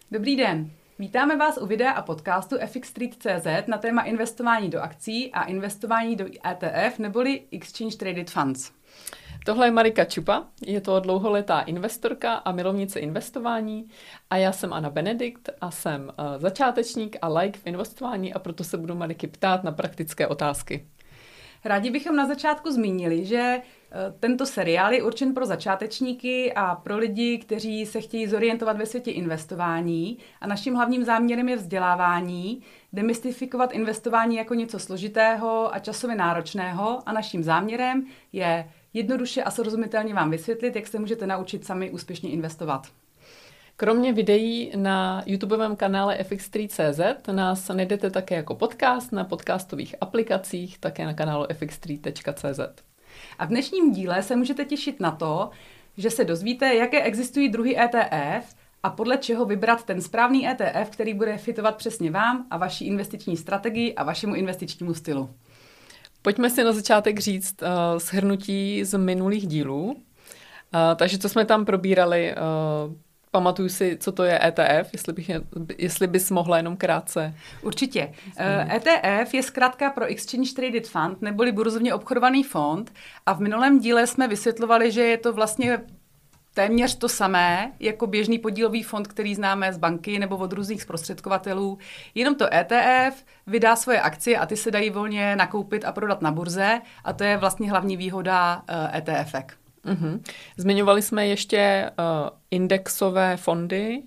Dobrý den, vítáme vás u videa a podcastu FXstreet.cz na téma investování do akcí a investování do ETF neboli Exchange Traded Funds. Tohle je Marika Čupa, je to dlouholetá investorka a milovnice investování a já jsem Anna Benedikt a jsem začátečník a like v investování a proto se budu Mariky ptát na praktické otázky. Rádi bychom na začátku zmínili, že tento seriál je určen pro začátečníky a pro lidi, kteří se chtějí zorientovat ve světě investování a naším hlavním záměrem je vzdělávání, demystifikovat investování jako něco složitého a časově náročného a naším záměrem je jednoduše a srozumitelně vám vysvětlit, jak se můžete naučit sami úspěšně investovat. Kromě videí na YouTubeovém kanále FXstreet.cz nás najdete také jako podcast na podcastových aplikacích, také na kanálu fxstreet.cz. A v dnešním díle se můžete těšit na to, že se dozvíte, jaké existují druhy ETF a podle čeho vybrat ten správný ETF, který bude fitovat přesně vám a vaší investiční strategii a vašemu investičnímu stylu. Pojďme si na začátek říct shrnutí z minulých dílů. Takže co jsme tam probírali, pamatuju si, co to je ETF, jestli bys mohla jenom krátce. Určitě. ETF je zkrátka pro Exchange Traded Fund, neboli burzovně obchodovaný fond a v minulém díle jsme vysvětlovali, že je to vlastně téměř to samé jako běžný podílový fond, který známe z banky nebo od různých zprostředkovatelů. Jenom to ETF vydá svoje akcie a ty se dají volně nakoupit a prodat na burze a to je vlastně hlavní výhoda ETFek. Uhum. Zmiňovali jsme ještě indexové fondy,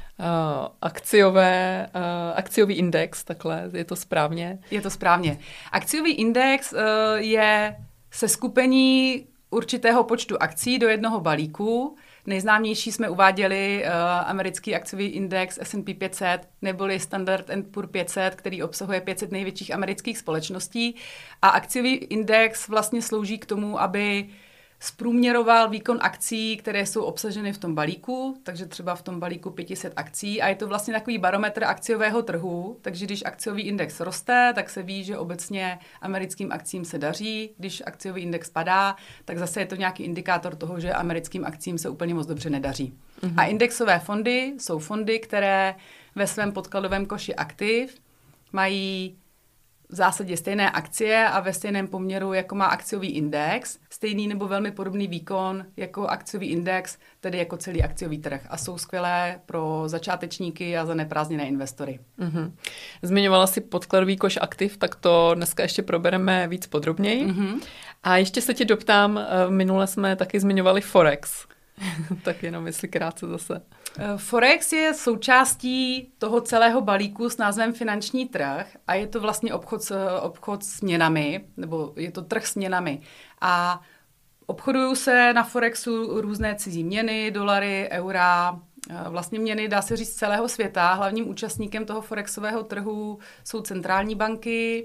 akciový index, takhle, je to správně? Je to správně. Akciový index je seskupení určitého počtu akcí do jednoho balíku. Nejznámější jsme uváděli americký akciový index S&P 500 neboli Standard & Poor 500, který obsahuje 500 největších amerických společností. A akciový index vlastně slouží k tomu, aby zprůměroval výkon akcí, které jsou obsaženy v tom balíku, takže třeba v tom balíku 500 akcí a je to vlastně takový barometr akciového trhu, takže když akciový index roste, tak se ví, že obecně americkým akcím se daří, když akciový index padá, tak zase je to nějaký indikátor toho, že americkým akcím se úplně moc dobře nedaří. Mhm. A indexové fondy jsou fondy, které ve svém podkladovém koši aktiv mají v zásadě stejné akcie a ve stejném poměru, jako má akciový index, stejný nebo velmi podobný výkon jako akciový index, tedy jako celý akciový trh. A jsou skvělé pro začátečníky a zaneprázdněné investory. Mm-hmm. Zmiňovala si podkladový koš aktiv, tak to dneska ještě probereme víc podrobněji. Mm-hmm. A ještě se tě doptám, minule jsme taky zmiňovali Forex. Tak jenom jestli krátce zase. Forex je součástí toho celého balíku s názvem finanční trh a je to vlastně obchod s měnami, nebo je to trh s měnami. A obchodují se na Forexu různé cizí měny, dolary, eura, vlastně měny, dá se říct, celého světa. Hlavním účastníkem toho forexového trhu jsou centrální banky,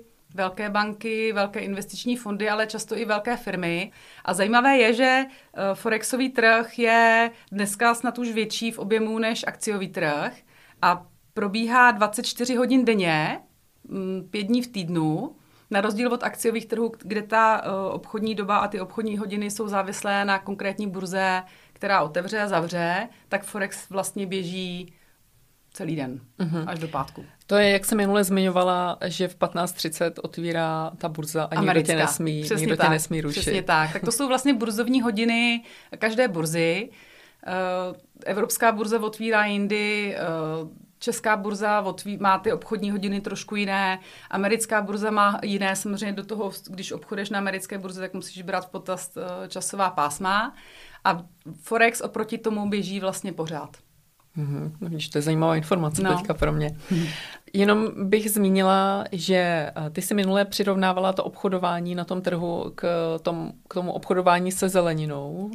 velké investiční fondy, ale často i velké firmy. A zajímavé je, že forexový trh je dneska snad už větší v objemu než akciový trh a probíhá 24 hodin denně, 5 dní v týdnu, na rozdíl od akciových trhů, kde ta obchodní doba a ty obchodní hodiny jsou závislé na konkrétní burze, která otevře a zavře, tak Forex vlastně běží celý den, až do pátku. To je, jak jsem minule zmiňovala, že v 15:30 otvírá ta burza a nikdo tě nesmí rušit. Přesně tak. Tak to jsou vlastně burzovní hodiny každé burzy. Evropská burza otvírá jindy, česká burza má ty obchodní hodiny trošku jiné, americká burza má jiné, samozřejmě do toho, když obchoduješ na americké burze, tak musíš brát v potaz časová pásma a Forex oproti tomu běží vlastně pořád. Víš, to je zajímavá informace teďka pro mě. Jenom bych zmínila, že ty si minule přirovnávala to obchodování na tom trhu k tomu obchodování se zeleninou.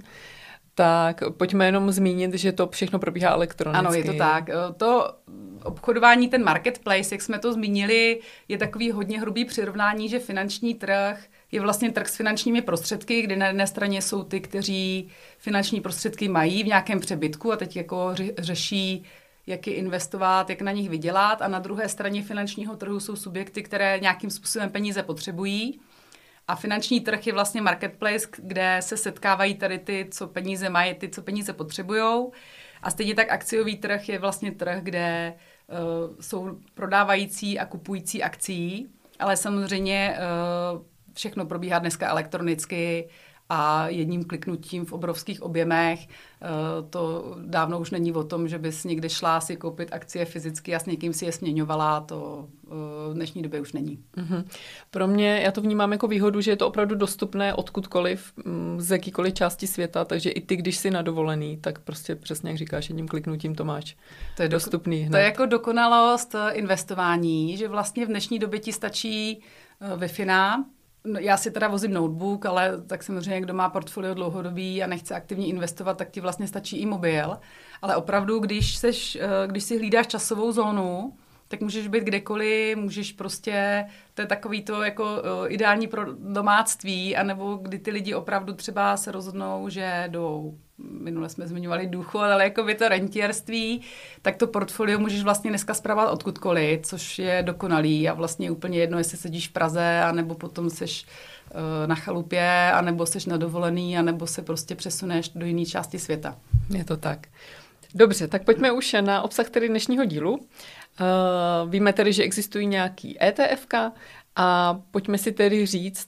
Tak pojďme jenom zmínit, že to všechno probíhá elektronicky. Ano, je to tak. To obchodování, ten marketplace, jak jsme to zmínili, je takový hodně hrubý přirovnání, že finanční trh je vlastně trh s finančními prostředky, kdy na jedné straně jsou ty, kteří finanční prostředky mají v nějakém přebytku a teď jako řeší, jak je investovat, jak na nich vydělat a na druhé straně finančního trhu jsou subjekty, které nějakým způsobem peníze potřebují. A finanční trh je vlastně marketplace, kde se setkávají tady ty, co peníze mají, ty, co peníze potřebujou. A stejně tak akciový trh je vlastně trh, kde jsou prodávající a kupující akcií, ale samozřejmě všechno probíhá dneska elektronicky a jedním kliknutím v obrovských objemech. To dávno už není o tom, že bys někde šla si koupit akcie fyzicky a s někým si je směňovala. To v dnešní době už není. Mm-hmm. Pro mě, já to vnímám jako výhodu, že je to opravdu dostupné odkudkoliv, z jakýkoliv části světa, takže i ty, když jsi na dovolený, tak prostě přesně jak říkáš, jedním kliknutím to máš. To je dostupný hned. To je jako dokonalost investování, že vlastně v dnešní době ti stačí Wi-Fi. Já si teda vozím notebook, ale tak samozřejmě, kdo má portfolio dlouhodobý a nechce aktivně investovat, tak ti vlastně stačí i mobil. Ale opravdu, když si hlídáš časovou zónu, tak můžeš být kdekoliv, můžeš prostě, to je takový to jako ideální pro domáctví, anebo kdy ty lidi opravdu třeba se rozhodnou, že jdou, minule jsme zmiňovali důchod, ale jako by to rentierství, tak to portfolio můžeš vlastně dneska spravovat odkudkoliv, což je dokonalý a vlastně úplně jedno, jestli sedíš v Praze, anebo potom seš na chalupě, anebo seš na dovolený, anebo se prostě přesuneš do jiné části světa. Je to tak. Dobře, tak pojďme už na obsah tedy dnešního dílu. Víme tedy, že existují nějaký ETFka a pojďme si tedy říct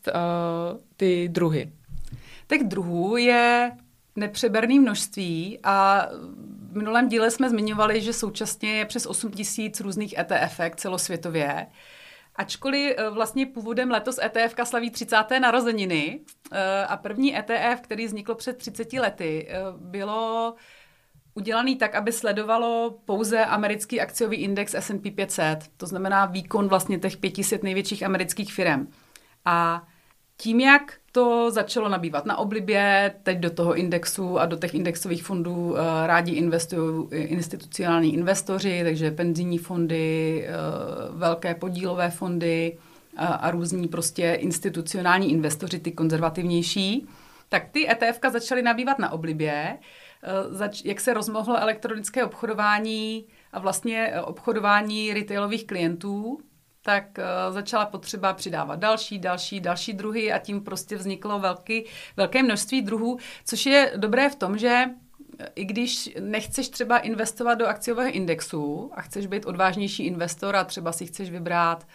ty druhy. Těch druhů je nepřeberné množství a v minulém díle jsme zmiňovali, že současně je přes 8 000 různých ETFek celosvětově. Ačkoliv vlastně původem letos ETFka slaví 30. narozeniny a první ETF, který vzniklo před 30 lety, bylo udělaný tak, aby sledovalo pouze americký akciový index S&P 500, to znamená výkon vlastně těch 500 největších amerických firm. A tím, jak to začalo nabývat na oblibě, teď do toho indexu a do těch indexových fondů rádi investují institucionální investoři, takže penzijní fondy, velké podílové fondy a různí prostě institucionální investoři, ty konzervativnější, tak ty ETFka začaly nabývat na oblibě, jak se rozmohlo elektronické obchodování a vlastně obchodování retailových klientů, tak začala potřeba přidávat další druhy a tím prostě vzniklo velké množství druhů, což je dobré v tom, že i když nechceš třeba investovat do akciového indexu a chceš být odvážnější investor a třeba si chceš vybrat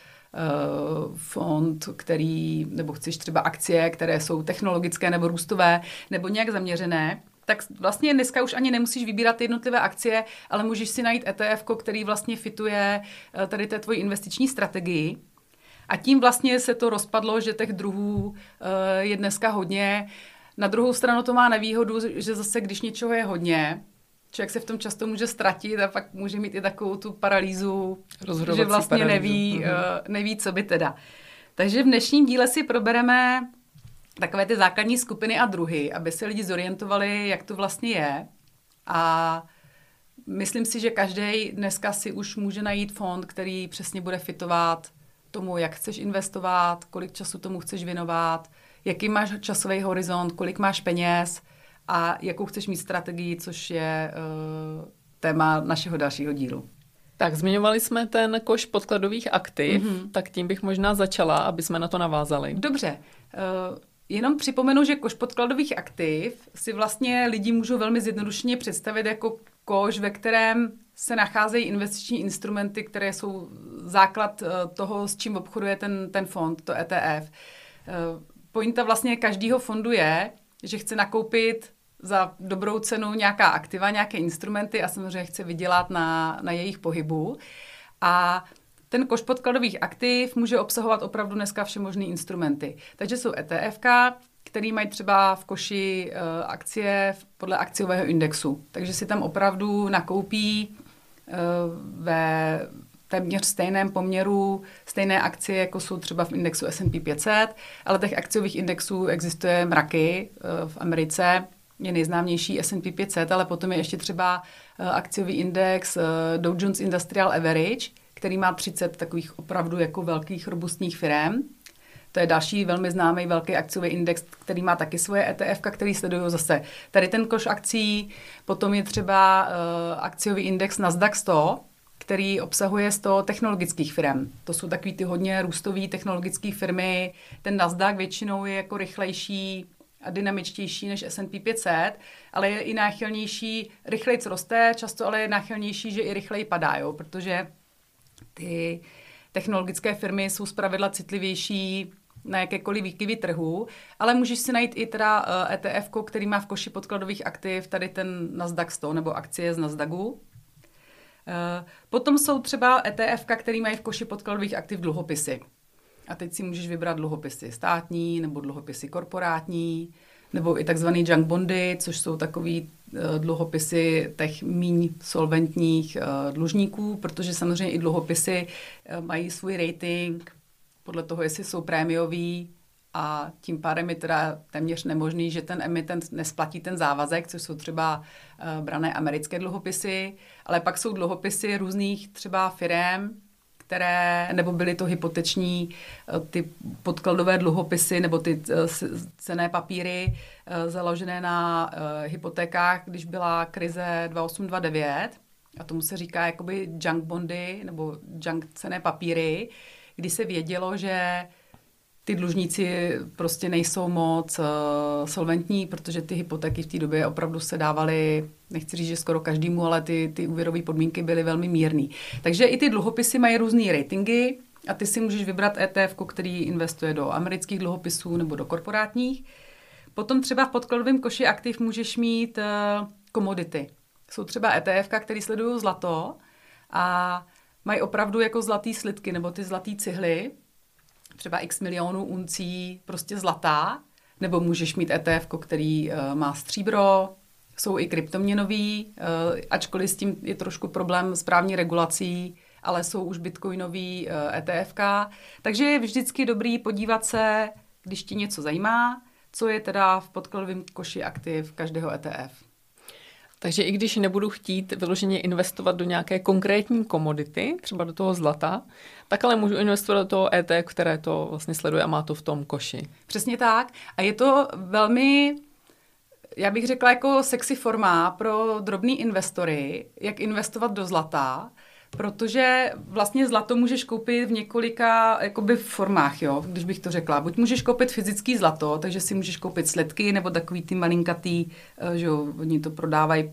fond, nebo chceš třeba akcie, které jsou technologické nebo růstové nebo nějak zaměřené, tak vlastně dneska už ani nemusíš vybírat jednotlivé akcie, ale můžeš si najít ETF, který vlastně fituje tady té tvoji investiční strategii. A tím vlastně se to rozpadlo, že těch druhů je dneska hodně. Na druhou stranu to má nevýhodu, že zase když něčeho je hodně, člověk se v tom často může ztratit a pak může mít i takovou tu paralýzu, že vlastně neví, co by teda. Takže v dnešním díle si probereme takové ty základní skupiny a druhy, aby se lidi zorientovali, jak to vlastně je. A myslím si, že každý dneska si už může najít fond, který přesně bude fitovat tomu, jak chceš investovat, kolik času tomu chceš věnovat, jaký máš časový horizont, kolik máš peněz a jakou chceš mít strategii, což je téma našeho dalšího dílu. Tak, zmiňovali jsme ten koš podkladových aktiv, tak tím bych možná začala, aby jsme na to navázali. Dobře. Jenom připomenu, že koš podkladových aktiv si vlastně lidi můžou velmi zjednodušeně představit jako koš, ve kterém se nacházejí investiční instrumenty, které jsou základ toho, s čím obchoduje ten fond, to ETF. Pointa vlastně každého fondu je, že chce nakoupit za dobrou cenu nějaká aktiva, nějaké instrumenty a samozřejmě chce vydělat na jejich pohybu. A ten koš podkladových aktiv může obsahovat opravdu dneska všemožné instrumenty. Takže jsou ETFka, který mají třeba v koši akcie podle akciového indexu. Takže si tam opravdu nakoupí ve téměř stejném poměru stejné akcie, jako jsou třeba v indexu S&P 500, ale těch akciových indexů existuje mraky. V Americe je nejznámější S&P 500, ale potom je ještě třeba akciový index Dow Jones Industrial Average, který má 30 takových opravdu jako velkých robustních firem. To je další velmi známý velký akciový index, který má taky svoje ETF, který sledují zase tady ten koš akcí. Potom je třeba akciový index Nasdaq 100, který obsahuje 100 technologických firm. To jsou takový ty hodně růstový technologické firmy. Ten Nasdaq většinou je jako rychlejší a dynamičtější než S&P 500, ale je i náchylnější, rychleji roste, často ale je náchylnější, že i rychleji padá, jo, protože ty technologické firmy jsou zpravidla citlivější na jakékoliv výkyvy trhu, ale můžeš si najít i teda ETF, který má v koši podkladových aktiv tady ten Nasdaq 100 nebo akcie z Nasdaqu. Potom jsou třeba ETF, který mají v koši podkladových aktiv dluhopisy. A teď si můžeš vybrat dluhopisy státní nebo dluhopisy korporátní, nebo i takzvaný junk bondy, což jsou takový dluhopisy těch míň solventních dlužníků, protože samozřejmě i dluhopisy mají svůj rating podle toho, jestli jsou prémiový, a tím pádem je teda téměř nemožný, že ten emitent nesplatí ten závazek, což jsou třeba brané americké dluhopisy, ale pak jsou dluhopisy různých třeba firem, které, nebo byly to hypoteční ty podkladové dluhopisy nebo ty cenné papíry založené na hypotékách, když byla krize 2008-2009, a tomu se říká jakoby junk bondy nebo junk cenné papíry, kdy se vědělo, že ty dlužníci prostě nejsou moc solventní, protože ty hypotéky v té době opravdu se dávaly, nechci říct, že skoro každému, ale ty úvěrové podmínky byly velmi mírný. Takže i ty dluhopisy mají různé ratingy a ty si můžeš vybrat ETF, který investuje do amerických dluhopisů nebo do korporátních. Potom třeba v podkladovém koši aktiv můžeš mít komodity. Jsou třeba ETF, který sledují zlato a mají opravdu jako zlatý slitky nebo ty zlatý cihly, třeba x milionů uncí prostě zlatá, nebo můžeš mít ETF, který má stříbro, jsou i kryptoměnový, ačkoliv s tím je trošku problém s právní regulací, ale jsou už bitcoinový ETFK. Takže je vždycky dobrý podívat se, když ti něco zajímá, co je teda v podkladovém koši aktiv každého ETF. Takže i když nebudu chtít vyloženě investovat do nějaké konkrétní komodity, třeba do toho zlata, tak ale můžu investovat do toho ETF, které to vlastně sleduje a má to v tom koši. Přesně tak. A je to velmi, já bych řekla, jako sexy forma pro drobný investory, jak investovat do zlata, protože vlastně zlato můžeš koupit v několika jakoby formách, jo, když bych to řekla. Buď můžeš koupit fyzický zlato, takže si můžeš koupit sledky, nebo takový ty malinkatý, že jo, oni to prodávají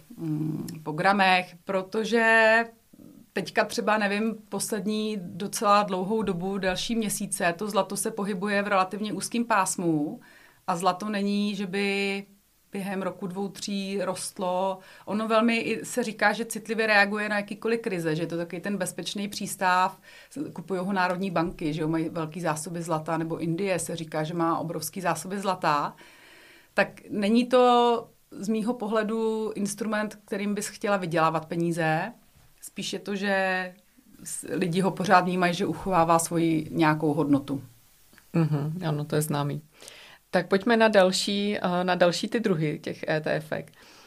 po gramech, protože teďka třeba, nevím, poslední docela dlouhou dobu, další měsíce, to zlato se pohybuje v relativně úzkém pásmu a zlato není, že by během roku 2-3 rostlo. Ono velmi se říká, že citlivě reaguje na jakýkoliv krize, že je to takový ten bezpečný přístav, kupují ho národní banky, že jo, mají velký zásoby zlata, nebo Indie se říká, že má obrovský zásoby zlata. Tak není to z mýho pohledu instrument, kterým bys chtěla vydělávat peníze. Spíš je to, že lidi ho pořád vnímají, že uchovává svoji nějakou hodnotu. Ano, to je známý. Tak pojďme na další ty druhy těch ETFek.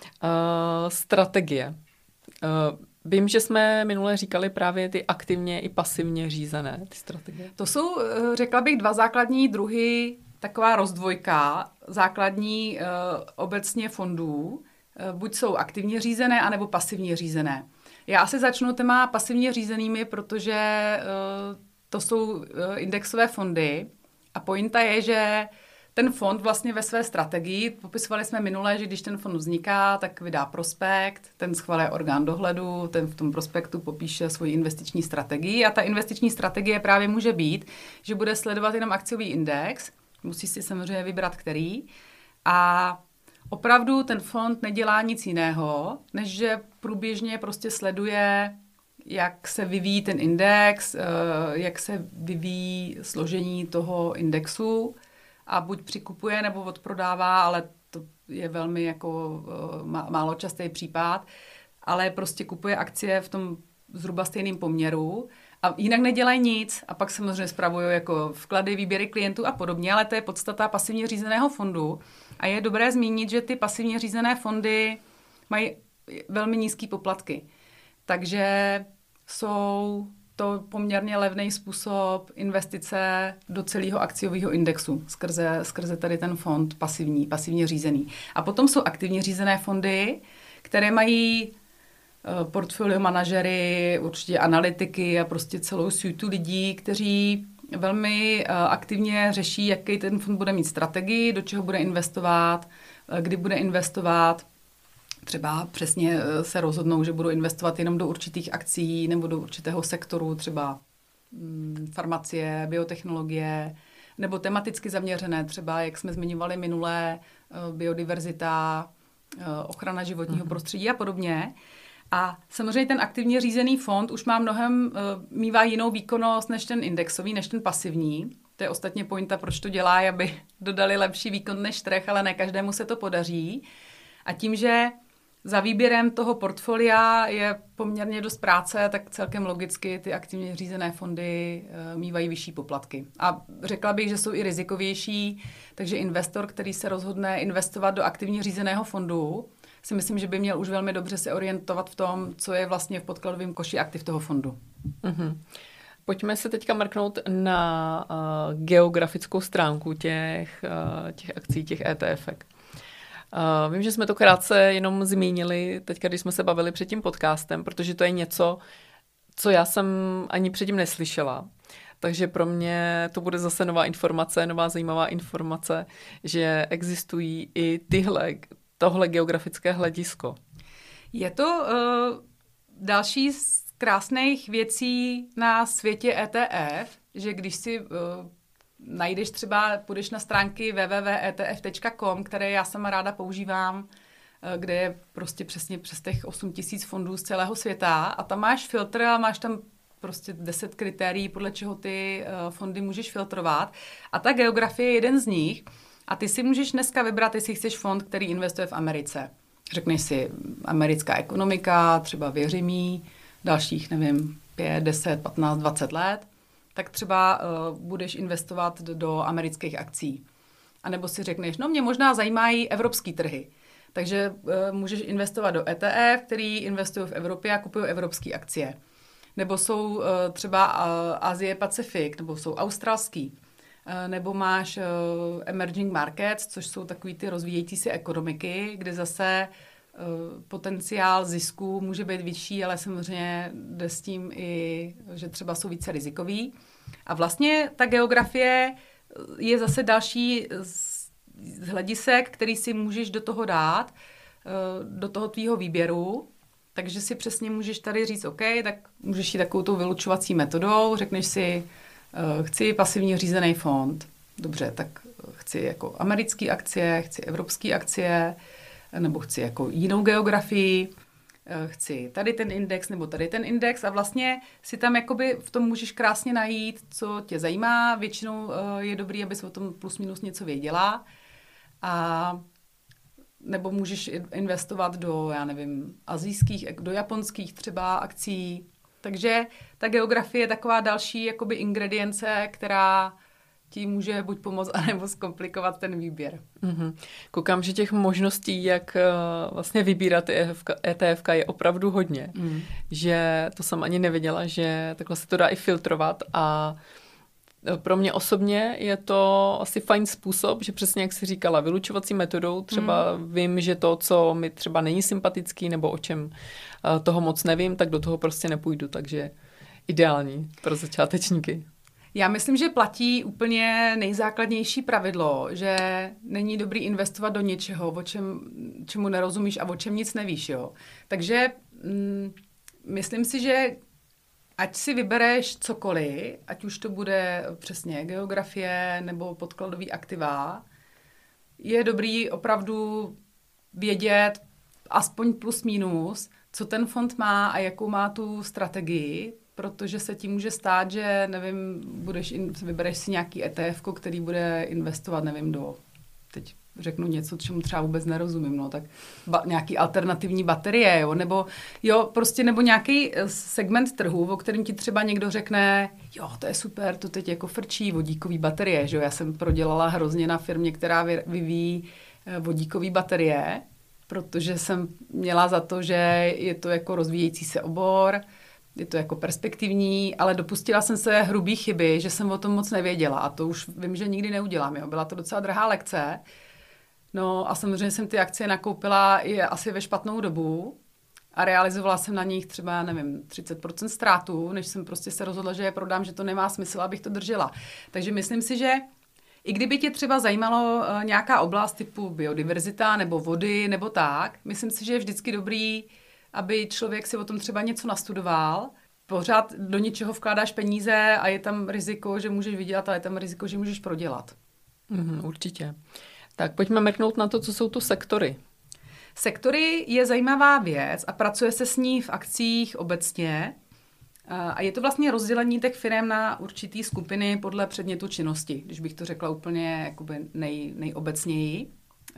Strategie. Vím, že jsme minule říkali právě ty aktivně i pasivně řízené ty strategie. To jsou, řekla bych, dva základní druhy, taková rozdvojka, základní obecně fondů. Buď jsou aktivně řízené, anebo pasivně řízené. Já asi začnu téma pasivně řízenými, protože to jsou indexové fondy a pointa je, že ten fond vlastně ve své strategii, popisovali jsme minule, že když ten fond vzniká, tak vydá prospekt, ten schvaluje orgán dohledu, ten v tom prospektu popíše svoji investiční strategii a ta investiční strategie právě může být, že bude sledovat jenom akciový index, musí si samozřejmě vybrat který, a opravdu ten fond nedělá nic jiného, než že průběžně prostě sleduje, jak se vyvíjí ten index, jak se vyvíjí složení toho indexu, a buď přikupuje nebo odprodává, ale to je velmi jako málo častý případ, ale prostě kupuje akcie v tom zhruba stejném poměru a jinak nedělají nic a pak samozřejmě spravují jako vklady, výběry klientů a podobně, ale to je podstata pasivně řízeného fondu a je dobré zmínit, že ty pasivně řízené fondy mají velmi nízké poplatky, takže jsou to poměrně levný způsob investice do celého akciového indexu skrze tady ten fond pasivně řízený. A potom jsou aktivně řízené fondy, které mají portfolio manažery, určitě analytiky a prostě celou suitu lidí, kteří velmi aktivně řeší, jaký ten fond bude mít strategii, do čeho bude investovat, kdy bude investovat. Třeba přesně se rozhodnou, že budou investovat jenom do určitých akcí nebo do určitého sektoru, třeba farmacie, biotechnologie, nebo tematicky zaměřené, třeba, jak jsme zmiňovali minulé, biodiverzita, ochrana životního prostředí a podobně. A samozřejmě ten aktivně řízený fond už mívá jinou výkonnost než ten indexový, než ten pasivní. To je ostatně pointa, proč to dělá, aby dodali lepší výkon než trh, ale ne každému se to podaří. A tím, že za výběrem toho portfolia je poměrně dost práce, tak celkem logicky ty aktivně řízené fondy mívají vyšší poplatky. A řekla bych, že jsou i rizikovější, takže investor, který se rozhodne investovat do aktivně řízeného fondu, si myslím, že by měl už velmi dobře se orientovat v tom, co je vlastně v podkladovém koši aktiv toho fondu. Mm-hmm. Pojďme se teďka mrknout na geografickou stránku těch akcí, těch ETF-ek. Vím, že jsme to krátce jenom zmínili teďka, když jsme se bavili před tím podcastem, protože to je něco, co já jsem ani předtím neslyšela. Takže pro mě to bude zase nová zajímavá informace, že existují i tohle geografické hledisko. Je to další z krásných věcí na světě ETF, že když si najdeš třeba, půjdeš na stránky www.etf.com, které já sama ráda používám, kde je prostě přesně přes těch 8 000 fondů z celého světa a tam máš filtr a máš tam prostě 10 kritérií, podle čeho ty fondy můžeš filtrovat. A ta geografie je jeden z nich. A ty si můžeš dneska vybrat, jestli chceš fond, který investuje v Americe. Řekneš si americká ekonomika, třeba věřím jí, dalších, 5, 10, 15, 20 let, tak třeba budeš investovat do amerických akcí. A nebo si řekneš, mě možná zajímají evropský trhy. Takže můžeš investovat do ETF, který investují v Evropě a kupují evropské akcie. Nebo jsou třeba Asie Pacific, nebo jsou australský. Nebo máš emerging markets, což jsou takový ty rozvíjející se ekonomiky, kde zase potenciál zisku může být vyšší, ale samozřejmě jde s tím i, že třeba jsou více rizikový. A vlastně ta geografie je zase další z hledisek, který si můžeš do toho dát, do toho tvýho výběru. Takže si přesně můžeš tady říct, OK, tak můžeš jít takovou tou vylučovací metodou, řekneš si, chci pasivně řízený fond. Dobře, tak chci jako americké akcie, chci evropské akcie, nebo chci jako jinou geografii, chci tady ten index nebo tady ten index a vlastně si tam jakoby v tom můžeš krásně najít, co tě zajímá. Většinou je dobrý, abys o tom plus minus něco věděla. A nebo můžeš investovat do, asijských, do japonských třeba akcí. Takže ta geografie je taková další jakoby ingredience, která ti může buď pomoct, anebo zkomplikovat ten výběr. Mm-hmm. Koukám, že těch možností, jak vlastně vybírat ETF je opravdu hodně. Mm. Že to jsem ani nevěděla, že takhle se to dá i filtrovat a pro mě osobně je to asi fajn způsob, že přesně jak jsi říkala, vylučovací metodou třeba vím, že to, co mi třeba není sympatický nebo o čem toho moc nevím, tak do toho prostě nepůjdu, takže ideální pro začátečníky. Já myslím, že platí úplně nejzákladnější pravidlo, že není dobrý investovat do něčeho, čemu nerozumíš a o čem nic nevíš. Jo? Takže myslím si, že ať si vybereš cokoliv, ať už to bude přesně geografie nebo podkladový aktiva, je dobrý opravdu vědět aspoň plus minus, co ten fond má a jakou má tu strategii, protože se ti může stát, že, vybereš si nějaký ETF, který bude investovat, teď řeknu něco, čemu třeba vůbec nerozumím, tak nějaký alternativní baterie, nebo nějaký segment trhu, o kterém ti třeba někdo řekne, to je super, to teď jako frčí vodíkový baterie, že jo, já jsem prodělala hrozně na firmě, která vyvíjí vodíkový baterie, protože jsem měla za to, že je to jako rozvíjející se obor, je to jako perspektivní, ale dopustila jsem se hrubý chyby, že jsem o tom moc nevěděla a to už vím, že nikdy neudělám. Jo. Byla to docela drahá lekce. No a samozřejmě jsem ty akcie nakoupila i asi ve špatnou dobu a realizovala jsem na nich třeba, nevím, 30% ztrátu, než jsem prostě se rozhodla, že je prodám, že to nemá smysl, abych to držela. Takže myslím si, že i kdyby tě třeba zajímalo nějaká oblast typu biodiverzita nebo vody nebo tak, myslím si, že je vždycky dobrý, aby člověk si o tom třeba něco nastudoval. Pořád do něčeho vkládáš peníze a je tam riziko, že můžeš vydělat, ale je tam riziko, že můžeš prodělat. Určitě. Tak pojďme mrknout na to, co jsou tu sektory. Sektory je zajímavá věc a pracuje se s ní v akcích obecně. A je to vlastně rozdělení těch firem na určitý skupiny podle předmětu činnosti, když bych to řekla úplně jakoby nejobecněji.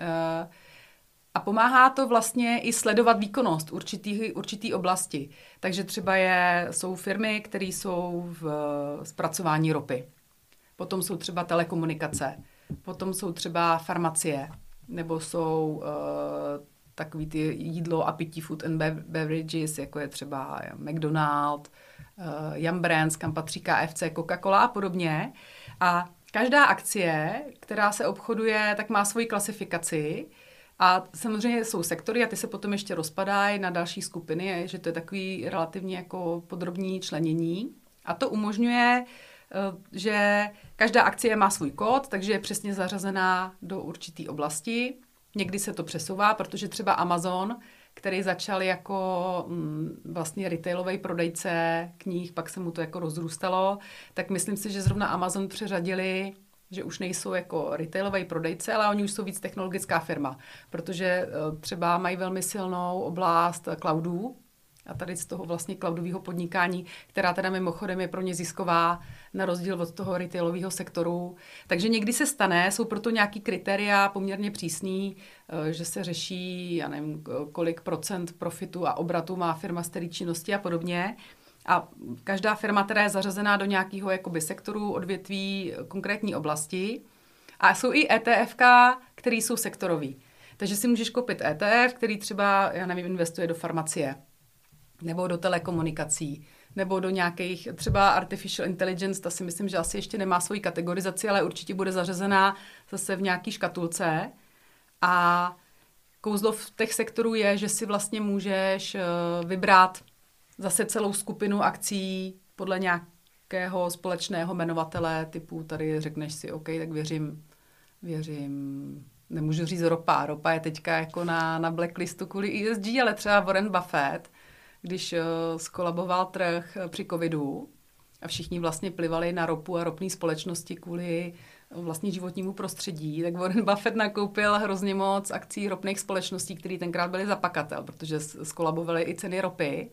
A pomáhá to vlastně i sledovat výkonnost určitý oblasti. Takže třeba jsou firmy, které jsou v zpracování ropy. Potom jsou třeba telekomunikace. Potom jsou třeba farmacie. Nebo jsou takový ty jídlo a pití food and beverages, jako je třeba McDonald's, Yum Brands, kam patří KFC, Coca-Cola a podobně. A každá akcie, která se obchoduje, tak má svoji klasifikaci. A samozřejmě jsou sektory a ty se potom ještě rozpadají na další skupiny, že to je takový relativně jako podrobní členění. A to umožňuje, že každá akcie má svůj kód, takže je přesně zařazená do určité oblasti. Někdy se to přesouvá, protože třeba Amazon, který začal jako vlastně retailový prodejce knih, pak se mu to jako rozrůstalo, tak myslím si, že zrovna Amazon přeřadili, že už nejsou jako retailový prodejce, ale oni už jsou víc technologická firma, protože třeba mají velmi silnou oblast cloudů a tady z toho vlastně cloudového podnikání, která teda mimochodem je pro ně zisková na rozdíl od toho retailového sektoru. Takže někdy se stane, jsou proto nějaký kritéria poměrně přísný, že se řeší, já nevím, kolik procent profitu a obratu má firma z té činnosti a podobně. A každá firma teda je zařazená do nějakého jakoby sektoru, odvětví, konkrétní oblasti. A jsou i ETFka, které jsou sektorový. Takže si můžeš koupit ETF, který třeba, já nevím, investuje do farmacie, nebo do telekomunikací, nebo do nějakých, třeba artificial intelligence, ta si myslím, že asi ještě nemá svoji kategorizaci, ale určitě bude zařazená zase v nějaký škatulce. A kouzlo v těch sektorů je, že si vlastně můžeš vybrat zase celou skupinu akcí podle nějakého společného jmenovatele, typu tady řekneš si, OK, tak věřím, nemůžu říct ropa. Ropa je teďka jako na blacklistu kvůli ESG, ale třeba Warren Buffett, když skolaboval trh při covidu a všichni vlastně plivali na ropu a ropné společnosti kvůli vlastně životnímu prostředí, tak Warren Buffett nakoupil hrozně moc akcí ropných společností, které tenkrát byly za pakatel, protože skolabovaly i ceny ropy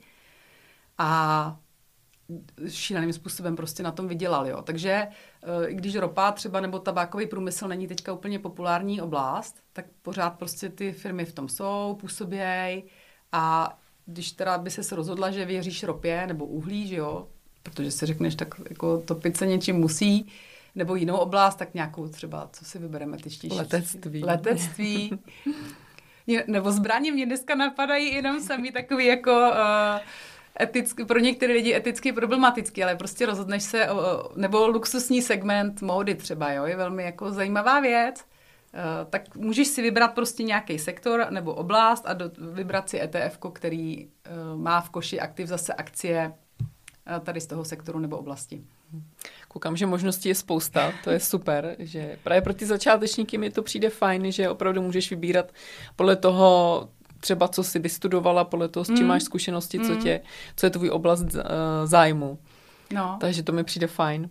a šíleným způsobem prostě na tom vydělal. Jo. Takže když ropa třeba nebo tabákový průmysl není teďka úplně populární oblast, tak pořád prostě ty firmy v tom jsou, působějí a když teda by se rozhodla, že věříš ropě nebo uhlí, že jo, protože si řekneš, tak jako topit se něčím musí, nebo jinou oblast, tak nějakou třeba, co si vybereme, tyčtější. Letectví. Nebo zbraně mě dneska napadají jenom sami takový jako eticky, pro některé lidi eticky problematický, ale prostě rozhodneš se, nebo luxusní segment módy třeba, jo, je velmi jako zajímavá věc. Tak můžeš si vybrat prostě nějaký sektor nebo oblast a vybrat si ETF, který má v koši aktiv zase akcie tady z toho sektoru nebo oblasti. Koukám, že možností je spousta, to je super, že právě pro ty začátečníky mi to přijde fajn, že opravdu můžeš vybírat podle toho třeba, co jsi vystudovala, podle toho, s čím máš zkušenosti, co je tvůj oblast zájmu. No. Takže to mi přijde fajn.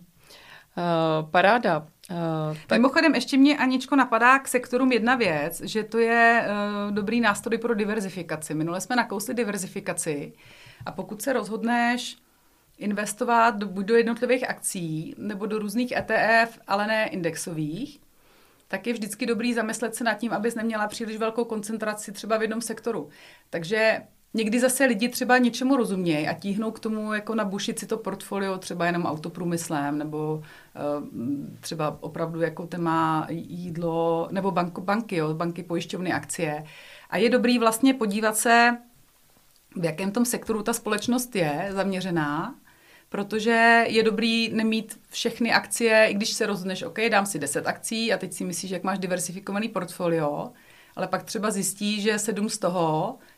Paráda. Tak... Mimochodem, ještě mě, Aničko, napadá k sektorům jedna věc, že to je dobrý nástroj pro diverzifikaci. Minule jsme nakousli diverzifikaci a pokud se rozhodneš investovat buď do jednotlivých akcí nebo do různých ETF, ale ne indexových, tak je vždycky dobrý zamyslet se nad tím, abys neměla příliš velkou koncentraci třeba v jednom sektoru. Takže někdy zase lidi třeba něčemu rozumějí a tíhnou k tomu jako nabušit si to portfolio třeba jenom autoprůmyslem nebo třeba opravdu jako téma jídlo nebo banky, pojišťovny, akcie. A je dobrý vlastně podívat se, v jakém tom sektoru ta společnost je zaměřená, protože je dobrý nemít všechny akcie, i když se rozhodneš, OK, dám si 10 akcí a teď si myslíš, jak máš diversifikovaný portfolio, ale pak třeba zjistíš, že 7 z toho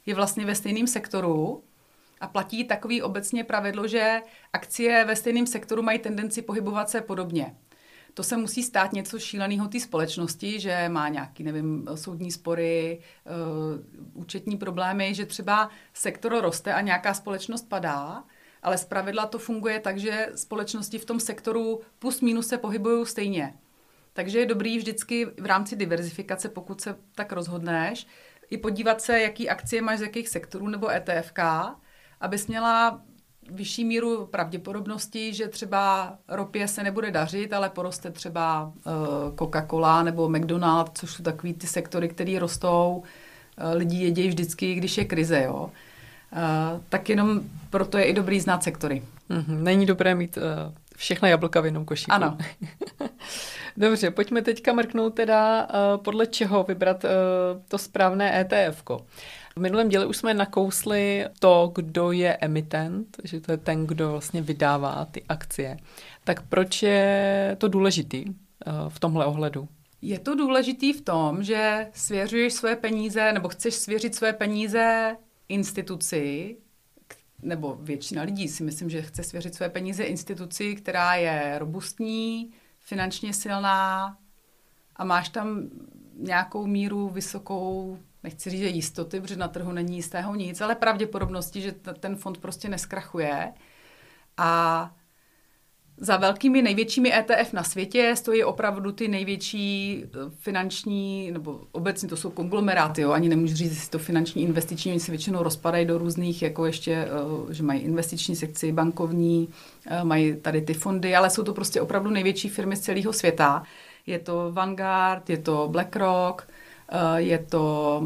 je vlastně ve stejném sektoru a platí takový obecně pravidlo, že akcie ve stejném sektoru mají tendenci pohybovat se podobně. To se musí stát něco šíleného té společnosti, že má nějaký, nevím, soudní spory, účetní problémy, že třeba sektor roste a nějaká společnost padá, ale zpravidla to funguje tak, že společnosti v tom sektoru plus minus se pohybují stejně. Takže je dobrý vždycky v rámci diverzifikace, pokud se tak rozhodneš, i podívat se, jaký akcie máš z jakých sektorů nebo ETFK, abys měla vyšší míru pravděpodobnosti, že třeba ropě se nebude dařit, ale poroste třeba Coca-Cola nebo McDonald's, což jsou takový ty sektory, které rostou, lidi jedí vždycky, když je krize, jo. Tak jenom proto je i dobrý znát sektory. Není dobré mít všechna jablka v jednom košíku. Ano. Dobře, pojďme teďka mrknout teda, podle čeho vybrat to správné ETF-ko. V minulém díle už jsme nakousli to, kdo je emitent, že to je ten, kdo vlastně vydává ty akcie. Tak proč je to důležitý v tomhle ohledu? Je to důležitý v tom, že svěřuješ svoje peníze, nebo chceš svěřit svoje peníze instituci, nebo většina lidí si myslím, že chce svěřit své peníze instituci, která je robustní, finančně silná a máš tam nějakou míru vysokou, nechci říct, že jistoty, protože na trhu není jistého nic, ale pravděpodobnosti, že ten fond prostě neskrachuje. A za velkými největšími ETF na světě stojí opravdu ty největší finanční, nebo obecně to jsou konglomeráty, jo? Ani nemůžu říct, jestli to finanční, investiční, oni se většinou rozpadají do různých, jako ještě, že mají investiční sekci, bankovní, mají tady ty fondy, ale jsou to prostě opravdu největší firmy z celého světa. Je to Vanguard, je to BlackRock, je to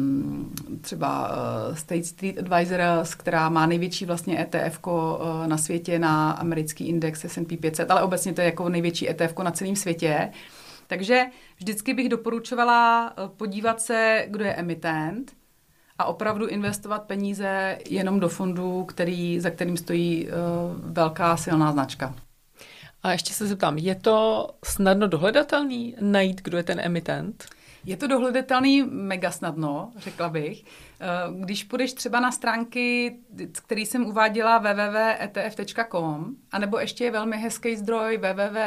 třeba State Street Advisors, která má největší vlastně ETF-ko na světě, na americký index S&P 500, ale obecně to je jako největší ETF-ko na celém světě. Takže vždycky bych doporučovala podívat se, kdo je emitent a opravdu investovat peníze jenom do fondů, za kterým stojí velká silná značka. A ještě se zeptám, je to snadno dohledatelný najít, kdo je ten emitent? Je to dohledatelný mega snadno, řekla bych. Když půjdeš třeba na stránky, který jsem uváděla www.etf.com, anebo ještě je velmi hezký zdroj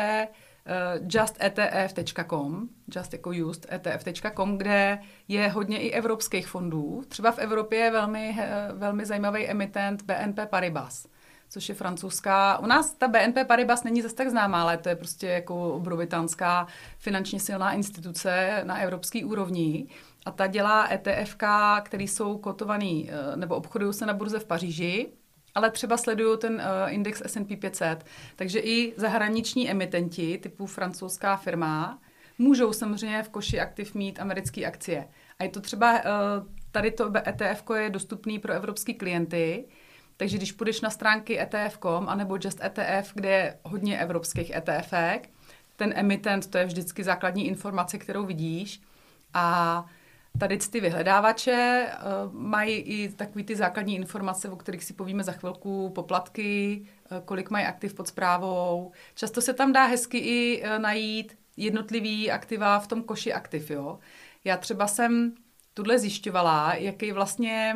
www.justetf.com, just jako just, etf.com, kde je hodně i evropských fondů. Třeba v Evropě je velmi zajímavý emitent BNP Paribas, což je francouzská. U nás ta BNP Paribas není zase tak známá, ale to je prostě jako obrovitánská finančně silná instituce na evropské úrovni. A ta dělá ETFK, které jsou kotovaný nebo obchodují se na burze v Paříži, ale třeba sledují ten index S&P 500. Takže i zahraniční emitenti typu francouzská firma můžou samozřejmě v koši aktiv mít americké akcie. A je to třeba, tady to ETFko je dostupný pro evropský klienty. Takže když půjdeš na stránky ETF.com anebo Just ETF, kde je hodně evropských ETFek, ten emitent, to je vždycky základní informace, kterou vidíš. A tady ty vyhledávače mají i takový ty základní informace, o kterých si povíme za chvilku, poplatky, kolik mají aktiv pod správou. Často se tam dá hezky i najít jednotlivý aktiva v tom koši aktiv. Jo? Já třeba jsem tuhle zjišťovala, jaký vlastně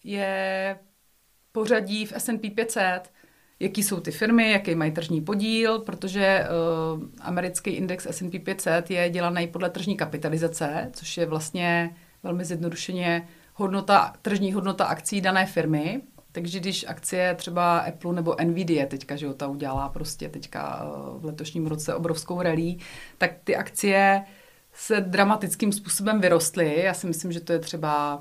je pořadí v S&P 500, jaký jsou ty firmy, jaký mají tržní podíl, protože americký index S&P 500 je dělaný podle tržní kapitalizace, což je vlastně velmi zjednodušeně tržní hodnota akcí dané firmy. Takže když akcie třeba Apple nebo Nvidia teďka, že jo, ta udělala prostě teďka v letošním roce obrovskou rally, tak ty akcie se dramatickým způsobem vyrostly. Já si myslím, že to je třeba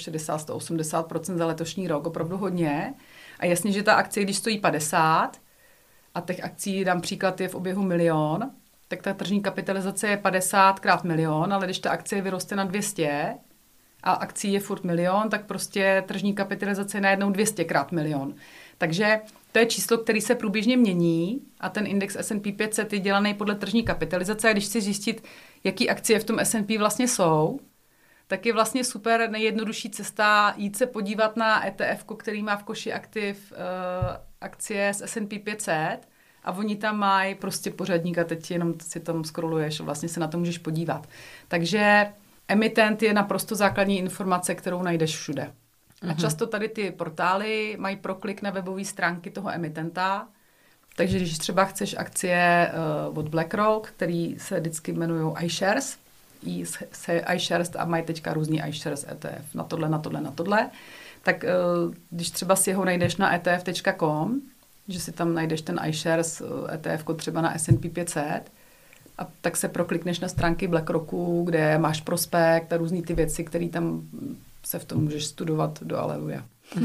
160-180% za letošní rok, opravdu hodně. A jasně, že ta akcie, když stojí 50 a těch akcí, dám příklad, je v oběhu 1 000 000, tak ta tržní kapitalizace je 50 krát 1 000 000, ale když ta akcie vyroste na 200 a akcí je furt 1 000 000, tak prostě tržní kapitalizace je najednou 200 krát 1 000 000. Takže to je číslo, který se průběžně mění a ten index S&P 500 je dělaný podle tržní kapitalizace a když chci zjistit, jaký akcie v tom S&P vlastně jsou, tak je vlastně super nejjednodušší cesta jít se podívat na ETF, který má v koši aktiv akcie z S&P 500 a oni tam mají prostě pořadník a teď jenom si tam scrolluješ a vlastně se na to můžeš podívat. Takže emitent je naprosto základní informace, kterou najdeš všude. A často tady ty portály mají proklik na webové stránky toho emitenta, takže když třeba chceš akcie od BlackRock, který se vždycky jmenují iShares, iShares a mají teďka různý iShares ETF na tohle, tak když třeba si ho najdeš na etf.com, že si tam najdeš ten iShares ETF třeba na S&P 500, a tak se proklikneš na stránky BlackRocku, kde máš prospekt a různý ty věci, které tam se v tom můžeš studovat do aleluja.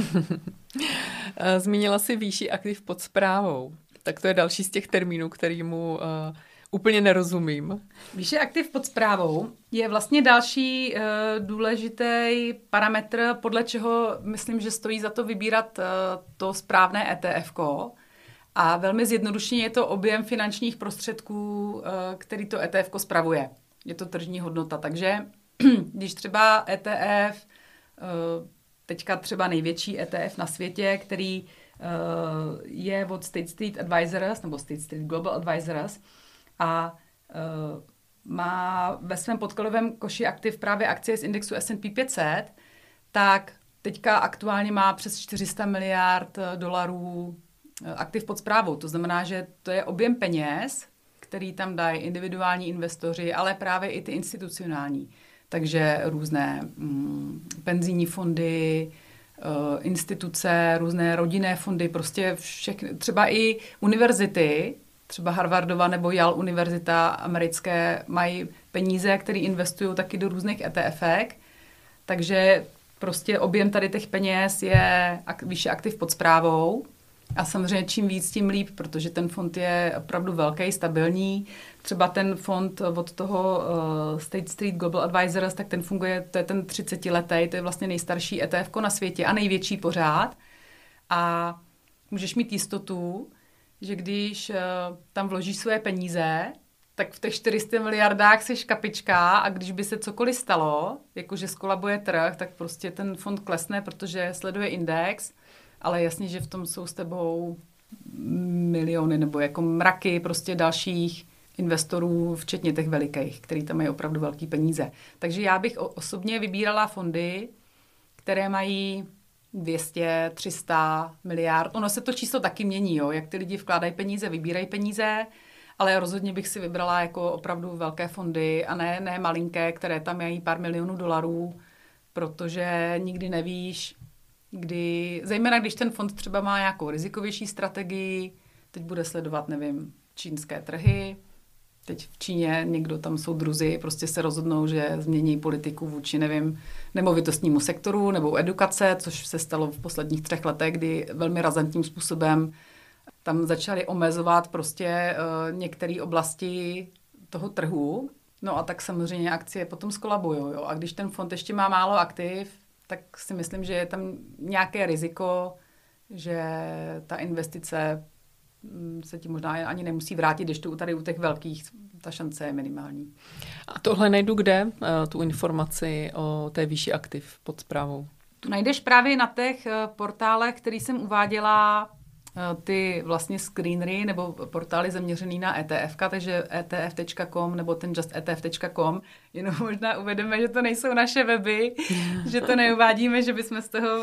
Zmínila si výši aktiv pod správou. Tak to je další z těch termínů, kterýmu úplně nerozumím. Výše aktiv pod správou je vlastně další důležitý parametr, podle čeho myslím, že stojí za to vybírat to správné ETF-ko. A velmi zjednodušeně je to objem finančních prostředků, který to ETF-ko spravuje. Je to tržní hodnota. Takže když třeba ETF, teďka třeba největší ETF na světě, který je od State Street Advisors, nebo State Street Global Advisors, a má ve svém podkladovém koši aktiv právě akcie z indexu S&P 500, tak teďka aktuálně má přes 400 miliard dolarů aktiv pod správou. To znamená, že to je objem peněz, který tam dají individuální investoři, ale právě i ty institucionální. Takže různé penzijní fondy, instituce, různé rodinné fondy, prostě všechny, třeba i univerzity, třeba Harvardova nebo Yale univerzita americké mají peníze, které investují taky do různých ETFek, takže prostě objem tady těch peněz je výše aktiv pod správou a samozřejmě čím víc, tím líp, protože ten fond je opravdu velký, stabilní. Třeba ten fond od toho State Street Global Advisors, tak ten funguje, to je ten 30letý, to je vlastně nejstarší ETF na světě a největší pořád. A můžeš mít jistotu, že když tam vložíš své peníze, tak v těch 400 miliardách jsi škapička a když by se cokoliv stalo, jakože skolabuje trh, tak prostě ten fond klesne, protože sleduje index, ale jasně, že v tom jsou s tebou miliony nebo jako mraky prostě dalších investorů, včetně těch velikých, který tam mají opravdu velký peníze. Takže já bych osobně vybírala fondy, které mají 200, 300 miliard. Ono se to číslo taky mění, jo? Jak ty lidi vkládají peníze, vybírají peníze, ale rozhodně bych si vybrala jako opravdu velké fondy a ne malinké, které tam mají pár milionů dolarů, protože nikdy nevíš, zejména když ten fond třeba má nějakou rizikovější strategii, teď bude sledovat, nevím, čínské trhy, teď v Číně někdo tam jsou druzi, prostě se rozhodnou, že změní politiku vůči, nevím, nemovitostnímu sektoru nebo edukace, což se stalo v posledních 3 letech, kdy velmi razantním způsobem tam začali omezovat prostě některé oblasti toho trhu. No a tak samozřejmě akcie potom skolabujou. Jo? A když ten fond ještě má málo aktiv, tak si myslím, že je tam nějaké riziko, že ta investice se ti možná ani nemusí vrátit, když to tady u těch velkých ta šance je minimální. A tohle najdu kde, tu informaci o té výši aktiv pod správou? Tu najdeš právě na těch portálech, který jsem uváděla, ty vlastně screenery nebo portály zaměřený na ETF, takže etf.com nebo ten justetf.com. Jenom možná uvedeme, že to nejsou naše weby, že to neuvádíme, že bychom z toho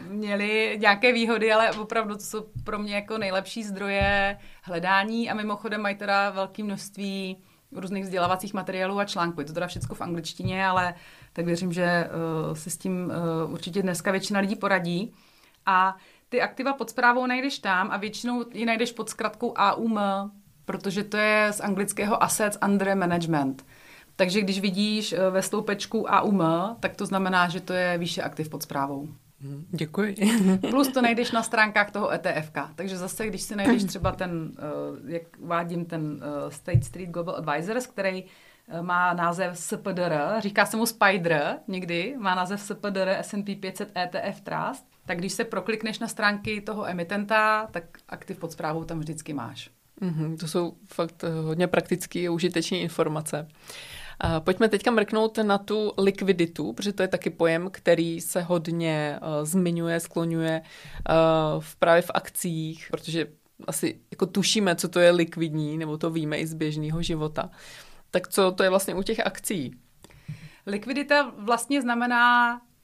měli nějaké výhody, ale opravdu to jsou pro mě jako nejlepší zdroje hledání a mimochodem mají teda velké množství různých vzdělávacích materiálů a článků. Je to teda všechno v angličtině, ale tak věřím, že si s tím určitě dneska většina lidí poradí. A ty aktiva pod správou najdeš tam a většinou ji najdeš pod zkratkou AUM, protože to je z anglického Assets Under Management. Takže když vidíš ve sloupečku AUM, tak to znamená, že to je výše aktiv pod správou. Děkuji. Plus to najdeš na stránkách toho ETFka. Takže zase, když si najdeš třeba ten, jak vádím ten State Street Global Advisors, který má název SPDR, říká se mu Spider někdy, má název SPDR S&P 500 ETF Trust, tak když se proklikneš na stránky toho emitenta, tak aktiv pod správou tam vždycky máš. To jsou fakt hodně praktické a užitečné informace. Pojďme teďka mrknout na tu likviditu, protože to je taky pojem, který se hodně zmiňuje, skloňuje právě v akcích, protože asi jako tušíme, co to je likvidní, nebo to víme i z běžného života. Tak co to je vlastně u těch akcí? Likvidita vlastně znamená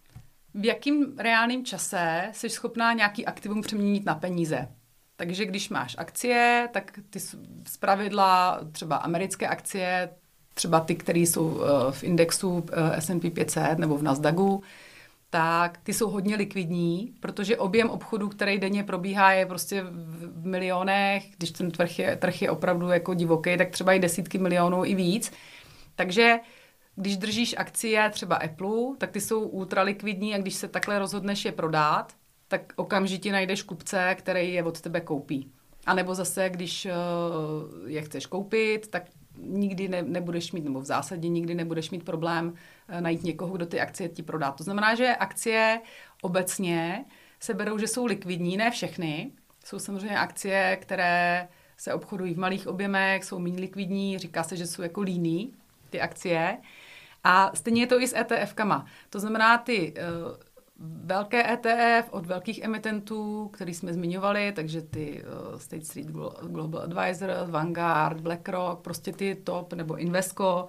v jakým reálném čase jsi schopná nějaký aktivum přeměnit na peníze. Takže když máš akcie, tak ty zpravidla třeba americké akcie, třeba ty, které jsou v indexu S&P 500 nebo v Nasdaqu, tak ty jsou hodně likvidní, protože objem obchodu, který denně probíhá, je prostě v milionech, když ten trh je opravdu jako divoký, tak třeba i desítky milionů i víc. Takže když držíš akcie třeba Apple, tak ty jsou ultralikvidní a když se takhle rozhodneš je prodat, tak okamžitě najdeš kupce, který je od tebe koupí. A nebo zase, když je chceš koupit, tak nikdy nebudeš mít, nebo v zásadě nikdy nebudeš mít problém najít někoho, kdo ty akcie ti prodá. To znamená, že akcie obecně se berou, že jsou likvidní, ne všechny. Jsou samozřejmě akcie, které se obchodují v malých objemech, jsou méně likvidní, říká se, že jsou jako líný, ty akcie. A stejně je to i s ETF-kama. To znamená, ty velké ETF od velkých emitentů, který jsme zmiňovali, takže ty State Street Global Advisor, Vanguard, BlackRock, prostě ty top nebo Invesco,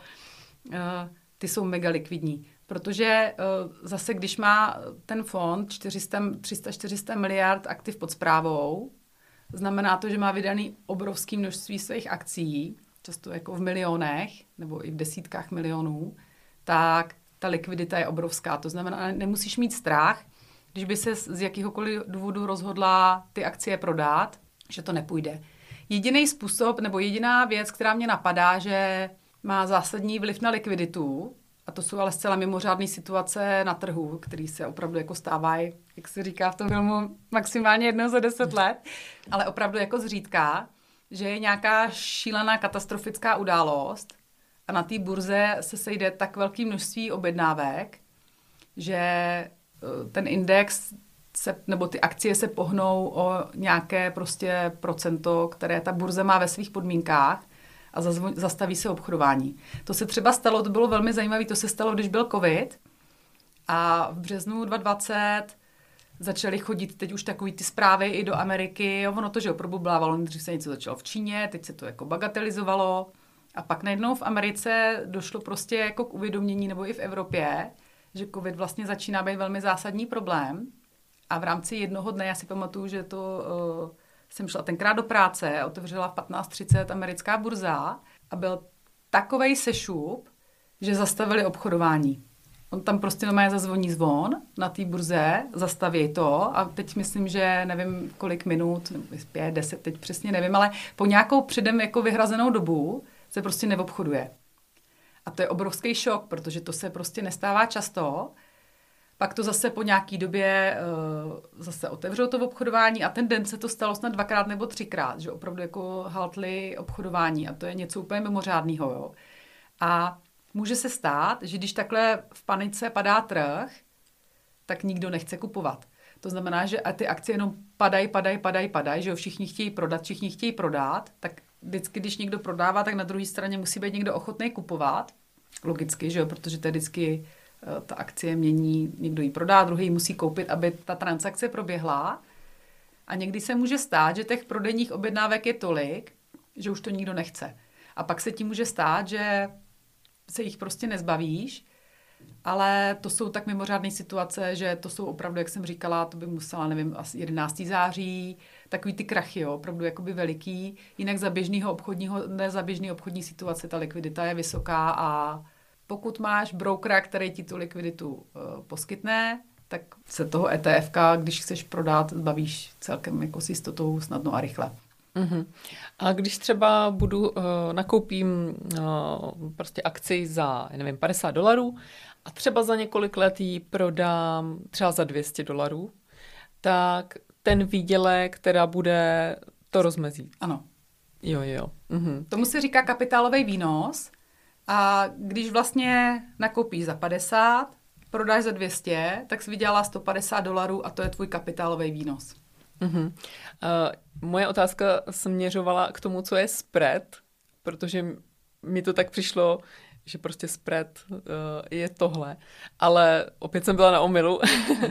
ty jsou mega likvidní. Protože zase, když má ten fond 300-400 miliard aktiv pod správou, znamená to, že má vydaný obrovské množství svých akcí, často jako v milionech nebo i v desítkách milionů, tak ta likvidita je obrovská. To znamená, nemusíš mít strach, když by se z jakéhokoliv důvodu rozhodla ty akcie prodat, že to nepůjde. Jediný způsob nebo jediná věc, která mě napadá, že má zásadní vliv na likviditu, a to jsou ale zcela mimořádné situace na trhu, které se opravdu jako stávají, jak se říká v tom filmu, maximálně jednou za 10 let, ale opravdu jako zřídka, že je nějaká šílená katastrofická událost a na té burze se sejde tak velké množství objednávek, že ten index nebo ty akcie se pohnou o nějaké prostě procento, které ta burza má ve svých podmínkách a zastaví se obchodování. To se třeba stalo, to bylo velmi zajímavé, to se stalo, když byl covid a v březnu 2020 začaly chodit teď už takový ty zprávy i do Ameriky, ono to, že probublávalo, nejdřív se něco začalo v Číně, teď se to jako bagatelizovalo a pak najednou v Americe došlo prostě jako k uvědomění, nebo i v Evropě, že covid vlastně začíná být velmi zásadní problém a v rámci jednoho dne, já si pamatuju, že to jsem šla tenkrát do práce, otevřela v 15:30 americká burza a byl takovej sešup, že zastavili obchodování. On tam prostě normálně zazvoní zvon na té burze, zastaví to a teď myslím, že nevím kolik minut, 5, 10, teď přesně nevím, ale po nějakou předem jako vyhrazenou dobu se prostě neobchoduje. A to je obrovský šok, protože to se prostě nestává často. Pak to zase po nějaký době zase otevřou to obchodování a ten den se to stalo snad 2krát nebo 3krát, že opravdu jako haltli obchodování a to je něco úplně mimořádného. Jo. A může se stát, že když takhle v panice padá trh, tak nikdo nechce kupovat. To znamená, že ty akcie jenom padají, že jo, všichni chtějí prodat, tak vždycky, když někdo prodává, tak na druhé straně musí být někdo ochotný kupovat. Logicky, že jo, protože to je vždycky ta akcie mění, někdo ji prodá, druhý ji musí koupit, aby ta transakce proběhla. A někdy se může stát, že těch prodejních objednávek je tolik, že už to nikdo nechce. A pak se ti může stát, že se jich prostě nezbavíš, ale to jsou tak mimořádné situace, že to jsou opravdu, jak jsem říkala, to by musela, nevím, asi 11. září, takový ty krachy, jo, opravdu jakoby veliký. Jinak za běžný obchodní situace ta likvidita je vysoká a pokud máš brokera, který ti tu likviditu poskytne, tak se toho ETF-ka, když chceš prodat, zbavíš celkem jako s jistotou snadno a rychle. Uh-huh. A když třeba nakoupím prostě akci za, nevím, $50 a třeba za několik let ji prodám třeba za $200, tak ten výdělek, která bude, to rozmezí. Ano. Jo. Uh-huh. Tomu se říká kapitálový výnos a když vlastně nakoupíš za 50, prodáš za 200, tak jsi vydělala $150 a to je tvůj kapitálový výnos. Uh-huh. Moje otázka směřovala k tomu, co je spread, protože mi to tak přišlo, že prostě spread je tohle. Ale opět jsem byla na omylu.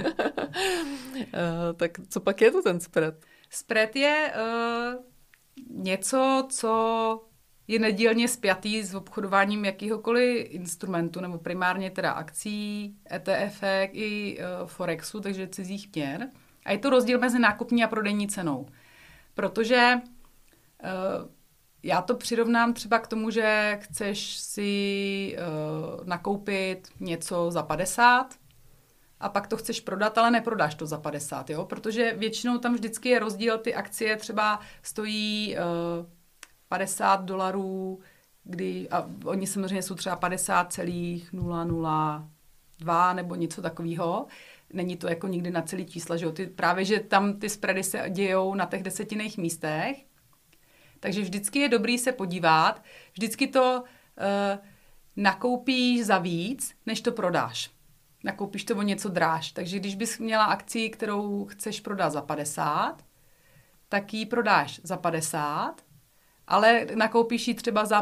Tak co pak je to ten spread? Spread je něco, co je nedílně spjatý s obchodováním jakýhokoliv instrumentu, nebo primárně teda akcí, ETF i Forexu, takže cizích měn. A je to rozdíl mezi nákupní a prodejní cenou. Protože já to přirovnám třeba k tomu, že chceš si nakoupit něco za 50 a pak to chceš prodat, ale neprodáš to za 50, jo? Protože většinou tam vždycky je rozdíl, ty akcie třeba stojí $50, a oni samozřejmě jsou třeba 50,002 nebo něco takového. Není to jako nikdy na celý čísla, že jo? Právě, že tam ty spready se dějou na těch desetinných místech. Takže vždycky je dobrý se podívat, vždycky to nakoupíš za víc, než to prodáš. Nakoupíš to o něco dráž. Takže když bys měla akci, kterou chceš prodat za 50, tak ji prodáš za 50, ale nakoupíš ji třeba za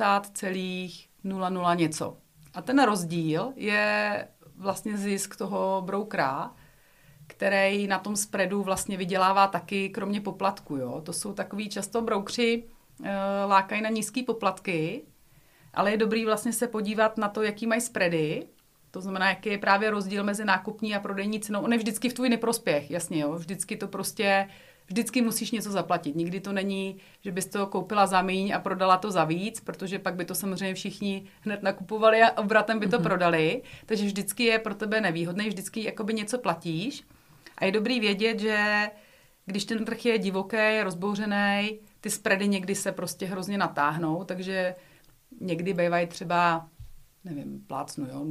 50,00 něco. A ten rozdíl je vlastně zisk toho brokera, který na tom spreadu vlastně vydělává taky, kromě poplatku. Jo? To jsou takový často broukři, lákají na nízký poplatky, ale je dobrý vlastně se podívat na to, jaký mají spready. To znamená, jaký je právě rozdíl mezi nákupní a prodejní cenou. On je vždycky v tvůj neprospěch, jasně, jo. Vždycky musíš něco zaplatit. Nikdy to není, že bys to koupila za míň a prodala to za víc, protože pak by to samozřejmě všichni hned nakupovali a obratem by to prodali. Takže vždycky je pro tebe nevýhodný, vždycky jakoby něco platíš. A je dobrý vědět, že když ten trh je divoký, rozbouřený, ty spready někdy se prostě hrozně natáhnou, takže někdy bývají třeba, nevím, plácnu, jo,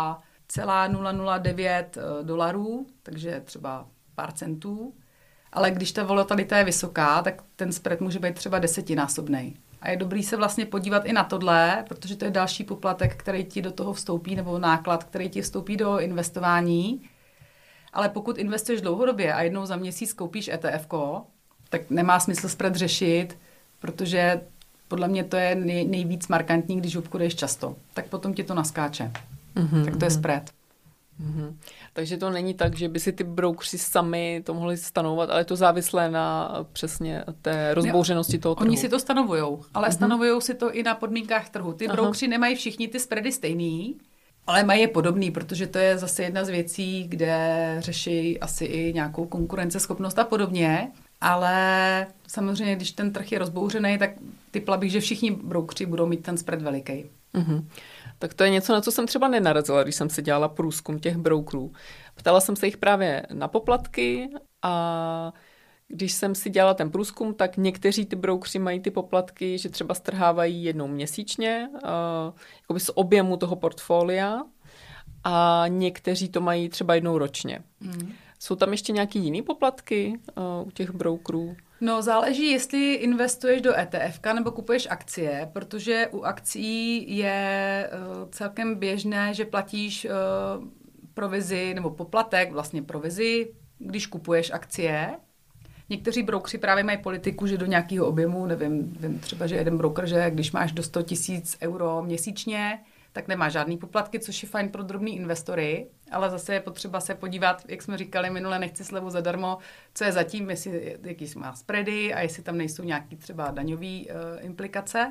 $0,009, takže třeba pár centů. Ale když ta volatilita je vysoká, tak ten spread může být třeba 10násobnej. A je dobrý se vlastně podívat i na tohle, protože to je další poplatek, který ti do toho vstoupí, nebo náklad, který ti vstoupí do investování. Ale pokud investuješ dlouhodobě a jednou za měsíc koupíš ETF-ko, tak nemá smysl spread řešit, protože podle mě to je nejvíc markantní, když obchoduješ často. Tak potom ti to naskáče. Tak to je spread. Takže to není tak, že by si ty broukři sami to mohli stanovat, ale je to závislé na přesně té rozbouřenosti toho trhu. Oni si to stanovujou, ale stanovujou si to i na podmínkách trhu. Ty broukři nemají všichni ty spready stejný, ale mají je podobný, protože to je zase jedna z věcí, kde řeší asi i nějakou konkurenceschopnost a podobně. Ale samozřejmě, když ten trh je rozbouřený, tak typla bych, že všichni broukři budou mít ten spread veliký. Tak to je něco, na co jsem třeba nenarazila, když jsem si dělala průzkum těch brokerů. Ptala jsem se jich právě na poplatky a když jsem si dělala ten průzkum, tak někteří ty broukři mají ty poplatky, že třeba strhávají jednou měsíčně, jakoby z objemu toho portfolia, a někteří to mají třeba jednou ročně. Jsou tam ještě nějaký jiný poplatky u těch brokerů? No, záleží, jestli investuješ do ETF nebo kupuješ akcie, protože u akcí je celkem běžné, že platíš provizi nebo poplatek, vlastně provizi, když kupuješ akcie. Někteří broukři právě mají politiku, že do nějakého objemu, nevím třeba, že jeden broker, že když máš do 100 000 euro měsíčně, tak nemá žádný poplatky, což je fajn pro drobný investory, ale zase je potřeba se podívat, jak jsme říkali minule, nechci slevu zadarmo, co je zatím, jaký má spready a jestli tam nejsou nějaký třeba daňový implikace.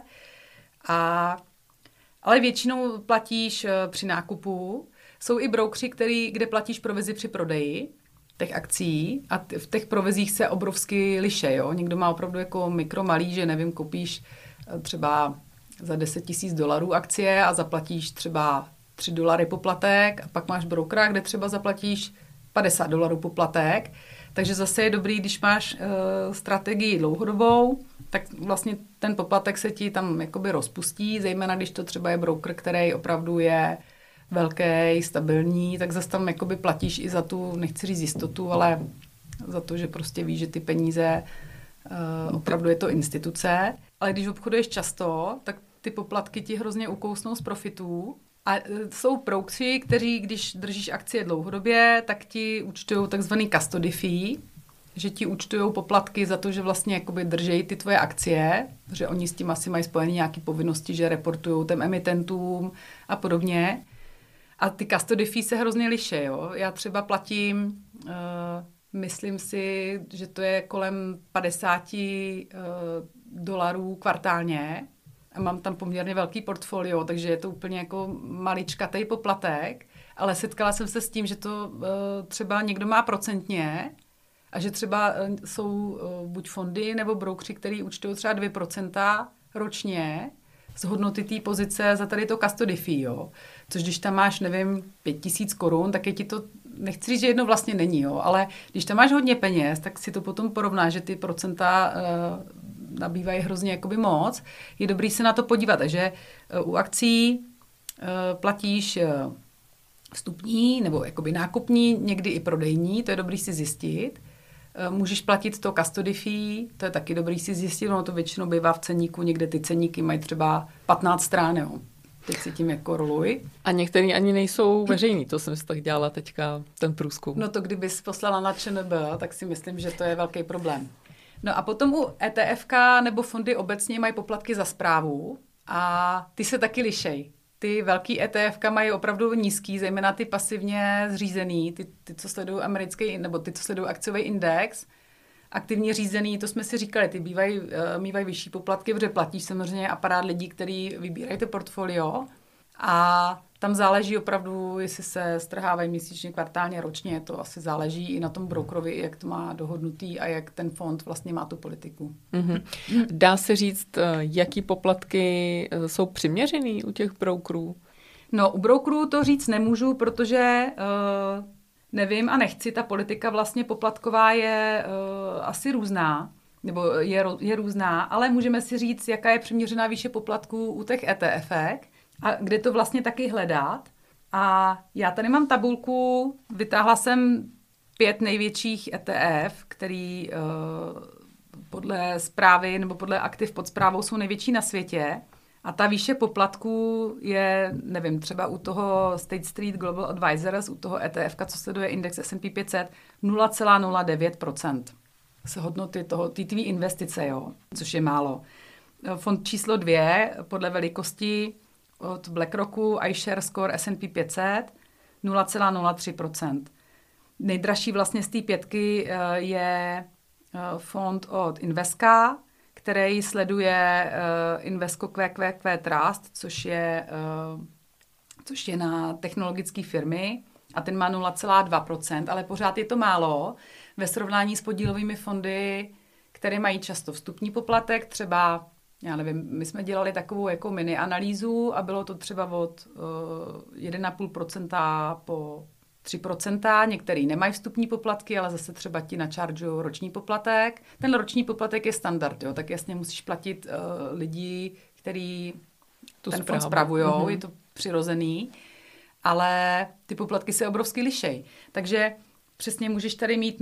Ale většinou platíš při nákupu. Jsou i broukři, kde platíš provizi při prodeji těch akcí a v těch provizích se obrovsky liše. Jo? Někdo má opravdu jako mikromalý, že nevím, koupíš třeba za $10,000 akcie a zaplatíš třeba $3 poplatek a pak máš brokera, kde třeba zaplatíš $50 poplatek. Takže zase je dobrý, když máš strategii dlouhodobou, tak vlastně ten poplatek se ti tam jakoby rozpustí, zejména když to třeba je broker, který opravdu je velký, stabilní, tak zase tam jakoby platíš i za tu, nechci říct jistotu, ale za to, že prostě víš, že ty peníze opravdu je to instituce. Ale když obchoduješ často, tak ty poplatky ti hrozně ukousnou z profitů. A jsou broukři, kteří, když držíš akcie dlouhodobě, tak ti účtujou takzvaný custody fee, že ti účtujou poplatky za to, že vlastně jakoby držejí ty tvoje akcie, že oni s tím asi mají spojené nějaké povinnosti, že reportují těm emitentům a podobně. A ty custody fee se hrozně liší, jo. Já třeba platím, myslím si, že to je kolem $50 kvartálně a mám tam poměrně velký portfolio, takže je to úplně jako maličkatej poplatek, ale setkala jsem se s tím, že to třeba někdo má procentně a že třeba jsou buď fondy nebo broukři, který účtují třeba 2% ročně z hodnoty té pozice za tady to custody fee, jo. Což když tam máš, nevím, 5 000 korun, tak je ti to, nechci říct, že jedno vlastně není, jo, ale když tam máš hodně peněz, tak si to potom porovná, že ty procenta nabývají hrozně jakoby moc. Je dobrý se na to podívat, takže u akcí platíš vstupní nebo jakoby nákupní, někdy i prodejní, to je dobrý si zjistit. Můžeš platit to custody fee, to je taky dobrý si zjistit, ono to většinou bývá v ceníku, někde ty ceníky mají třeba 15 strán, jo. Teď si tím jako roluj. A některý ani nejsou veřejný, to jsem si tak dělala teďka, ten průzkum. No to kdybys poslala na ČNB, tak si myslím, že to je velký problém. No a potom u ETFK nebo fondy obecně mají poplatky za správu a ty se taky lišej. Ty velký ETFka mají opravdu nízký, zejména ty pasivně zřízený, ty co sledují americký, nebo ty, co sledují akciový index, aktivně řízený, to jsme si říkali, ty mývají vyšší poplatky, protože platíš samozřejmě aparát lidí, kteří vybírají to portfolio a tam záleží opravdu, jestli se strhávají měsíčně, kvartálně, ročně, to asi záleží i na tom brokerovi, jak to má dohodnutý a jak ten fond vlastně má tu politiku. Mm-hmm. Dá se říct, jaký poplatky jsou přiměřený u těch brokerů? No, u brokerů to říct nemůžu, protože nevím a nechci, ta politika vlastně poplatková je asi různá, nebo je různá, ale můžeme si říct, jaká je přiměřená výše poplatků u těch ETFek a kde to vlastně taky hledat. A já tady mám tabulku, vytáhla jsem 5 největších ETF, který podle zprávy nebo podle aktiv pod správou jsou největší na světě. A ta výše poplatků je, nevím, třeba u toho State Street Global Advisors, u toho ETF, co sleduje index S&P 500, 0,09% se hodnoty toho, té tvý investice, jo, což je málo. Fond číslo 2 podle velikosti od BlackRocku iShares Score S&P 500 0,03%. Nejdražší vlastně z té 5 je fond od Invesca, který sleduje Invesco QQQ Trust, což je na technologické firmy a ten má 0,2%, ale pořád je to málo ve srovnání s podílovými fondy, které mají často vstupní poplatek, třeba, já nevím, my jsme dělali takovou jako mini analýzu a bylo to třeba od 1,5% po 3%, některý nemají vstupní poplatky, ale zase třeba ti načaržují roční poplatek. Ten roční poplatek je standard, jo, tak jasně musíš platit lidi, kteří ten fond spravujou, je to přirozený, ale ty poplatky se obrovsky lišej. Takže přesně můžeš tady mít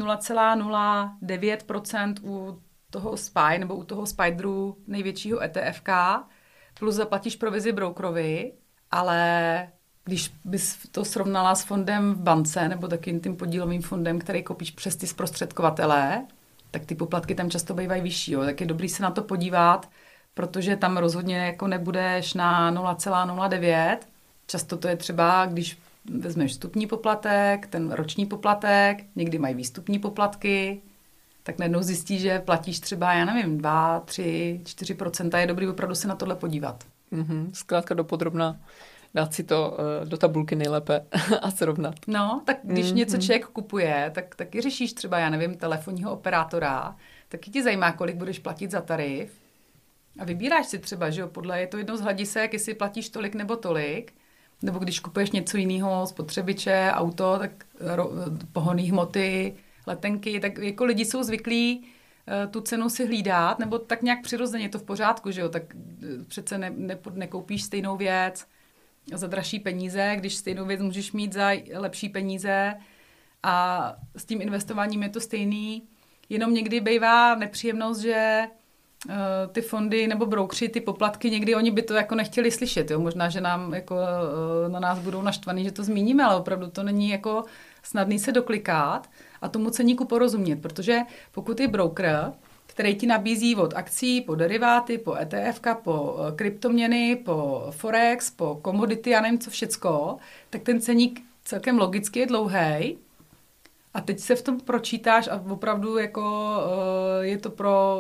0,09% u toho SPY nebo u toho SPDRu největšího ETFK, plus zaplatíš provizi brokerovi, ale když bys to srovnala s fondem v bance nebo takým tím podílovým fondem, který koupíš přes ty zprostředkovatele, tak ty poplatky tam často bývají vyšší. Jo. Tak je dobrý se na to podívat, protože tam rozhodně jako nebudeš na 0,09. Často to je třeba, když vezmeš vstupní poplatek, ten roční poplatek, někdy mají výstupní poplatky, tak najednou zjistíš, že platíš třeba, já nevím, 2, 3, 4%. Je dobrý opravdu se na tohle podívat. Zkrátka dopodrobna. Dát si to do tabulky nejlépe a srovnat. No, tak když něco člověk kupuje, tak taky řešíš třeba, já nevím, telefonního operátora, taky ti zajímá, kolik budeš platit za tarif a vybíráš si třeba, že jo, podle je to jedno z hledisek, jestli platíš tolik nebo tolik, nebo když kupuješ něco jiného, spotřebiče, auto, tak pohonné hmoty, letenky, tak jako lidi jsou zvyklí tu cenu si hlídat, nebo tak nějak přirozeně to v pořádku, že jo, tak přece nekoupíš stejnou věc za dražší peníze, když stejnou věc můžeš mít za lepší peníze a s tím investováním je to stejný. Jenom někdy bývá nepříjemnost, že ty fondy nebo broukři, ty poplatky, někdy oni by to jako nechtěli slyšet. Jo? Možná, že nám jako na nás budou naštvaný, že to zmíníme, ale opravdu to není jako snadný se doklikat a tomu ceníku porozumět, protože pokud je broker, který ti nabízí od akcí po deriváty, po ETFka, po kryptoměny, po forex, po komodity, já nevím co všecko, tak ten ceník celkem logicky je dlouhý. A teď se v tom pročítáš a opravdu jako je to pro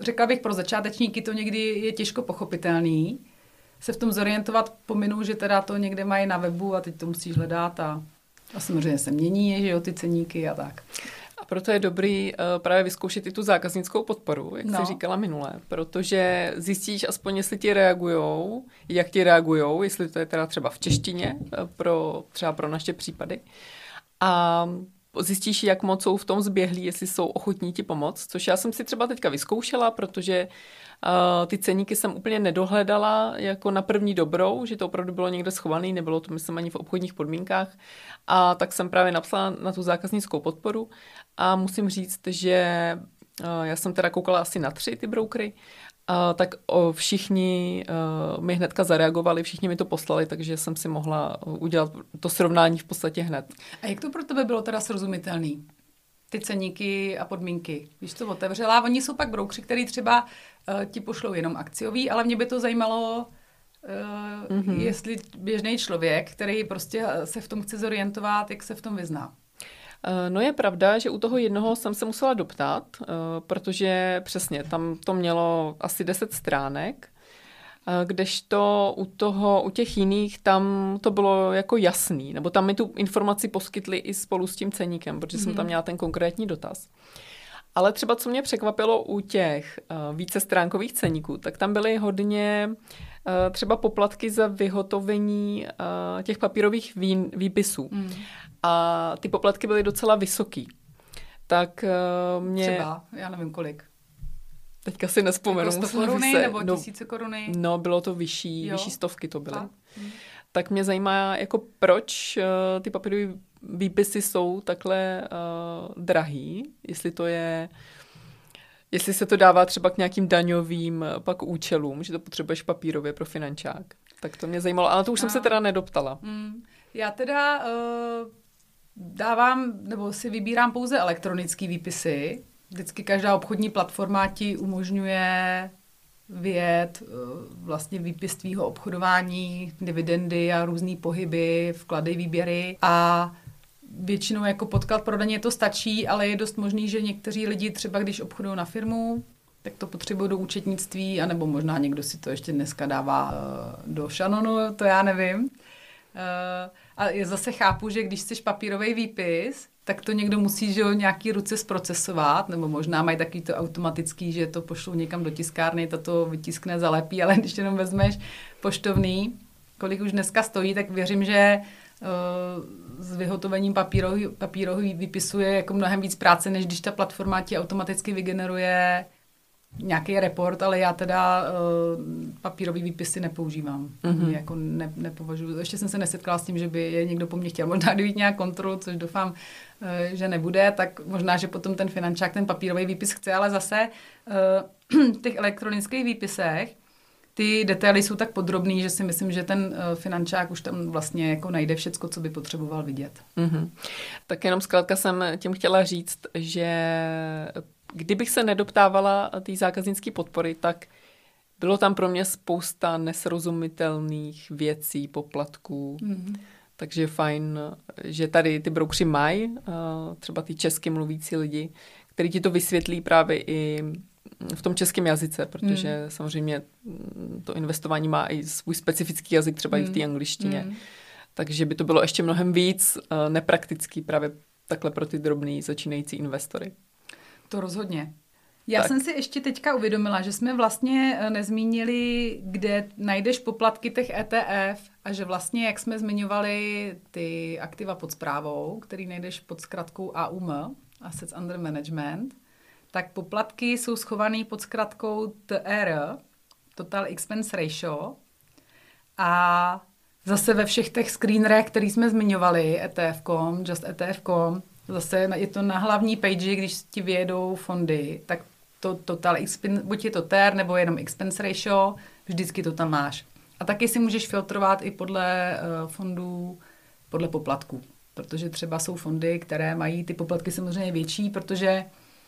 řekla bych, pro začátečníky to někdy je těžko pochopitelný. Se v tom zorientovat, pominu, že teda to někde mají na webu a teď to musíš hledat a samozřejmě se mění, že jo, ty ceníky a tak. A proto je dobrý právě vyzkoušet i tu zákaznickou podporu, jak jsi říkala minule, protože zjistíš aspoň, jestli ti reagujou, jak ti reagujou, jestli to je teda třeba v češtině, třeba pro naše případy. A zjistíš, jak moc jsou v tom zběhlí, jestli jsou ochotní ti pomoct, což já jsem si třeba teďka vyzkoušela, protože ty ceníky jsem úplně nedohledala jako na první dobrou, že to opravdu bylo někde schovaný, nebylo to myslím ani v obchodních podmínkách. A tak jsem právě napsala na tu zákaznickou podporu a musím říct, že já jsem teda koukala asi na 3 ty brokery, tak všichni mi hnedka zareagovali, všichni mi to poslali, takže jsem si mohla udělat to srovnání v podstatě hned. A jak to pro tebe bylo teda srozumitelný? Ty ceníky a podmínky. Když to otevřela, oni jsou pak broukři, který třeba ti pošlou jenom akciový, ale mě by to zajímalo, jestli běžný člověk, který prostě se v tom chce zorientovat, jak se v tom vyzná. No je pravda, že u toho jednoho jsem se musela doptat, protože přesně tam to mělo asi 10 stránek, kdežto u těch jiných tam to bylo jako jasný, nebo tam mi tu informaci poskytli i spolu s tím ceníkem, protože jsem tam měla ten konkrétní dotaz. Ale třeba co mě překvapilo u těch vícestránkových ceníků, tak tam byly hodně třeba poplatky za vyhotovení těch papírových výpisů. A ty poplatky byly docela vysoký. Tak mě... Třeba, já nevím kolik. Teďka si nespomenu. Jako 100 koruny nebo 1000 koruny? No, bylo to vyšší stovky to byly. Tak mě zajímá, jako proč ty papírové výpisy jsou takhle drahý, jestli se to dává třeba k nějakým daňovým pak účelům, že to potřebuješ papírově pro finančák. Tak to mě zajímalo, ale to už jsem se teda nedoptala. Já teda dávám, nebo si vybírám pouze elektronické výpisy. Vždycky každá obchodní platforma ti umožňuje vyjet vlastně výpis tvýho obchodování, dividendy a různý pohyby, vklady, výběry a většinou jako podklad pro daně to stačí, ale je dost možný, že někteří lidi třeba když obchodují na firmu, tak to potřebují do účetnictví, anebo možná někdo si to ještě dneska dává do šanonu, to já nevím. A zase chápu, že když chceš papírový výpis, tak to někdo musí, že nějaký ruce zprocesovat, nebo možná mají takový to automatický, že to pošlou někam do tiskárny, to vytiskne, zalepí, ale když jenom vezmeš poštovný, kolik už dneska stojí, tak věřím, že s vyhotovením papírových výpisů je jako mnohem víc práce, než když ta platforma ti automaticky vygeneruje nějaký report, ale já teda papírový výpisy nepoužívám. Jako nepovažuji. Ještě jsem se nesetkala s tím, že by je někdo po mně chtěl možná dojít nějak kontrolu, což doufám, že nebude, tak možná, že potom ten finančák ten papírový výpis chce, ale zase v těch elektronických výpisech ty detaily jsou tak podrobný, že si myslím, že ten finančák už tam vlastně jako najde všecko, co by potřeboval vidět. Tak jenom zkrátka jsem tím chtěla říct, že kdybych se nedoptávala té zákaznické podpory, tak bylo tam pro mě spousta nesrozumitelných věcí, poplatků. Takže je fajn, že tady ty broukři mají, třeba ty česky mluvící lidi, kteří ti to vysvětlí právě i v tom českém jazyce, protože samozřejmě to investování má i svůj specifický jazyk, třeba i v té angličtině. Takže by to bylo ještě mnohem víc nepraktický právě takhle pro ty drobný začínající investory. To rozhodně. Já jsem si ještě teďka uvědomila, že jsme vlastně nezmínili, kde najdeš poplatky těch ETF a že vlastně, jak jsme zmiňovali ty aktiva pod správou, který najdeš pod zkratkou AUM, Assets Under Management, tak poplatky jsou schované pod zkratkou TR, Total Expense Ratio, a zase ve všech těch screenerech, který jsme zmiňovali, ETF.com, Just ETF.com, zase je to na hlavní page, když ti vyjedou fondy, tak to total expense, buď je to TER nebo jenom expense ratio, vždycky to tam máš. A taky si můžeš filtrovat i podle fondů, podle poplatků. Protože třeba jsou fondy, které mají ty poplatky samozřejmě větší, protože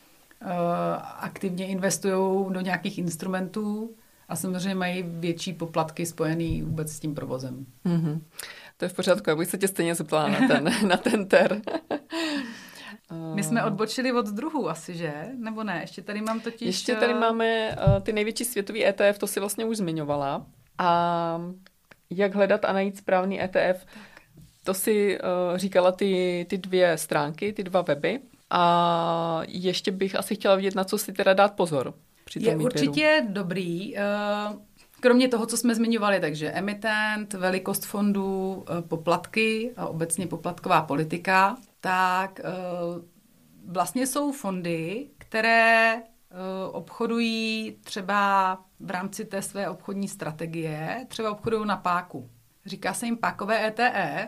aktivně investují do nějakých instrumentů a samozřejmě mají větší poplatky spojený vůbec s tím provozem. To je v pořádku, já bych se tě stejně zeptala na ten TER. My jsme odbočili od druhů asi, že? Nebo ne? Ještě tady mám totiž... Ještě tady máme ty největší světový ETF, to si vlastně už zmiňovala. A jak hledat a najít správný ETF, to si říkala ty dvě stránky, ty dva weby. A ještě bych asi chtěla vidět, na co si teda dát pozor při tom výběru. Určitě dobrý. Kromě toho, co jsme zmiňovali, takže emitent, velikost fondů, poplatky a obecně poplatková politika, tak vlastně jsou fondy, které obchodují třeba v rámci té své obchodní strategie, třeba obchodují na páku. Říká se jim pákové ETF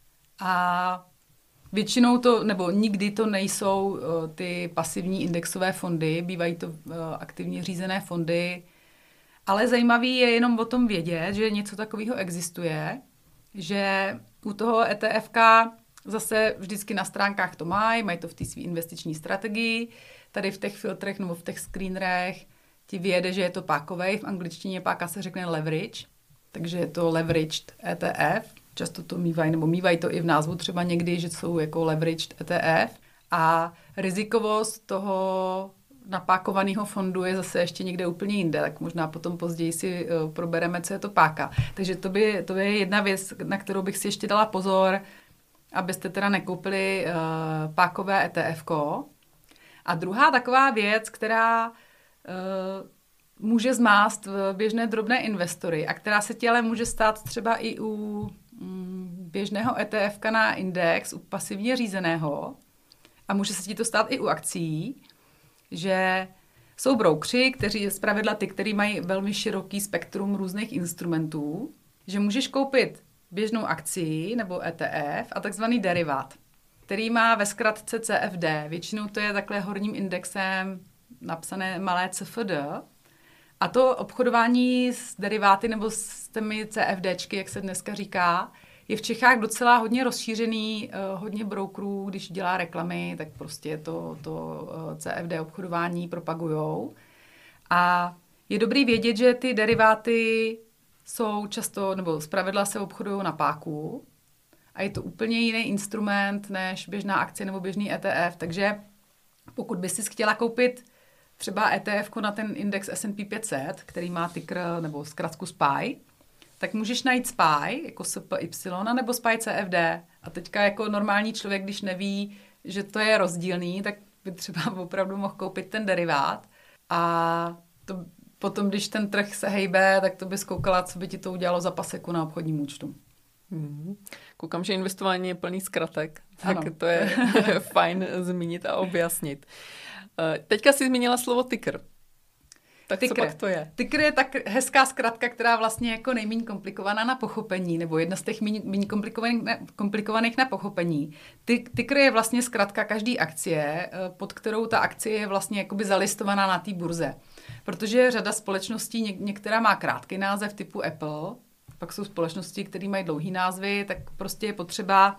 a většinou to, nebo nikdy to nejsou ty pasivní indexové fondy, bývají to aktivně řízené fondy, ale zajímavý je jenom o tom vědět, že něco takového existuje, že u toho ETFka zase vždycky na stránkách to mají to v té své investiční strategii, tady v těch filtrech nebo v těch screenerech ti vyjede, že je to pákovej, v angličtině páka se řekne leverage, takže je to leveraged ETF, často to mývají to i v názvu třeba někdy, že jsou jako leveraged ETF a rizikovost toho napákovaného fondu je zase ještě někde úplně jinde, tak možná potom později si probereme, co je to páka. Takže to je jedna věc, na kterou bych si ještě dala pozor, abyste teda nekoupili pákové ETFko. A druhá taková věc, která může zmást běžné drobné investory a která se ti ale může stát třeba i u běžného ETFka na index, u pasivně řízeného a může se ti to stát i u akcií, že jsou broukři, kteří zpravidla ty, který mají velmi široký spektrum různých instrumentů, že můžeš koupit běžnou akcii nebo ETF a takzvaný derivát, který má ve zkratce CFD. Většinou to je takhle horním indexem napsané malé CFD. A to obchodování s deriváty nebo s těmi CFDčky, jak se dneska říká, je v Čechách docela hodně rozšířený, hodně brokerů, když dělá reklamy, tak prostě to CFD obchodování propagujou. A je dobrý vědět, že ty deriváty jsou často, nebo zpravidla se obchodují na páku a je to úplně jiný instrument než běžná akcie nebo běžný ETF, takže pokud bys si chtěla koupit třeba ETF na ten index S&P 500, který má ticker nebo zkratku SPY, tak můžeš najít SPY, jako SPY, nebo SPY CFD. A teďka jako normální člověk, když neví, že to je rozdílný, tak by třeba opravdu mohl koupit ten derivát. A to potom, když ten trh se hejbe, tak to by zkoukala, co by ti to udělalo za paseku na obchodním účtu. Koukám, že investování je plný zkratek, tak ano. To je fajn zmínit a objasnit. Teďka jsi zmínila slovo ticker. Tak ticker. Co pak to je? Ticker je tak hezká zkratka, která vlastně jako nejméně komplikovaná na pochopení, nebo jedna z těch méně komplikovaných na pochopení. Ticker je vlastně zkratka každý akcie, pod kterou ta akcie je vlastně jakoby zalistovaná na té burze. Protože řada společností, některá má krátký název typu Apple, pak jsou společnosti, které mají dlouhý názvy, tak prostě je potřeba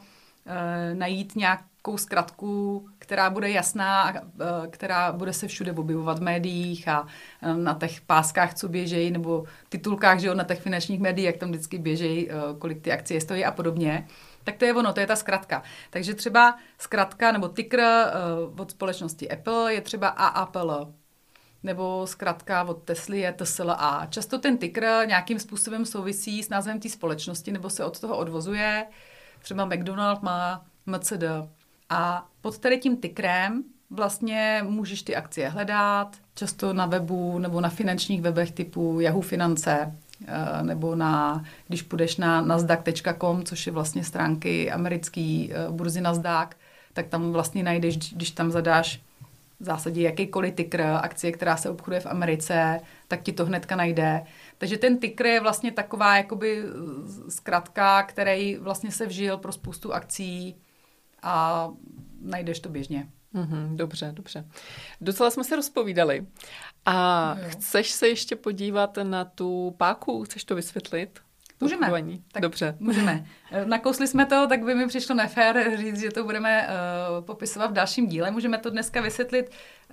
najít nějakou zkratku, která bude jasná, která bude se všude objevovat v médiích a na těch páskách, co běžejí, nebo titulkách, že jo, na těch finančních médiích, jak tam vždycky běžejí, kolik ty akcie stojí a podobně. Tak to je ono, to je ta zkratka. Takže třeba zkratka nebo ticker od společnosti Apple je třeba AAPL. Nebo zkratka od Tesly je TSLA. Často ten ticker nějakým způsobem souvisí s názvem té společnosti nebo se od toho odvozuje. Třeba McDonald má MCD. A pod tady tím tickerem vlastně můžeš ty akcie hledat, často na webu nebo na finančních webech typu Yahoo Finance, nebo když půjdeš na nasdaq.com, což je vlastně stránky americké burzy Nasdaq, tak tam vlastně najdeš, když tam zadáš v zásadě jakýkoliv ticker, akcie, která se obchoduje v Americe, tak ti to hnedka najde. Takže ten ticker je vlastně taková jakoby zkratka, který vlastně se vžil pro spoustu akcí a najdeš to běžně. Dobře. Docela jsme se rozpovídali. A chceš se ještě podívat na tu páku? Chceš to vysvětlit? Můžeme. Tak dobře. Můžeme. Nakousli jsme to, tak by mi přišlo nefér říct, že to budeme popisovat v dalším díle. Můžeme to dneska vysvětlit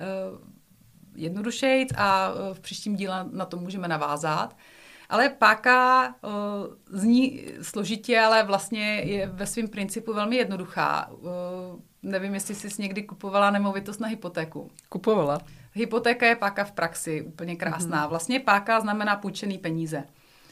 jednodušejc a v příštím díle na to můžeme navázat. Ale páka zní složitě, ale vlastně je ve svém principu velmi jednoduchá. nevím, jestli jsi někdy kupovala nemovitost na hypotéku. Kupovala. Hypotéka je páka v praxi, úplně krásná. Vlastně páka znamená půjčený peníze.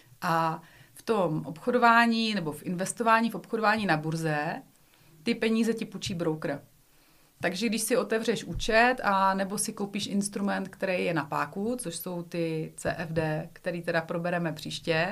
A v tom obchodování nebo v investování, v obchodování na burze, ty peníze ti půjčí broker. Takže když si otevřeš účet a nebo si koupíš instrument, který je na páku, což jsou ty CFD, který teda probereme příště,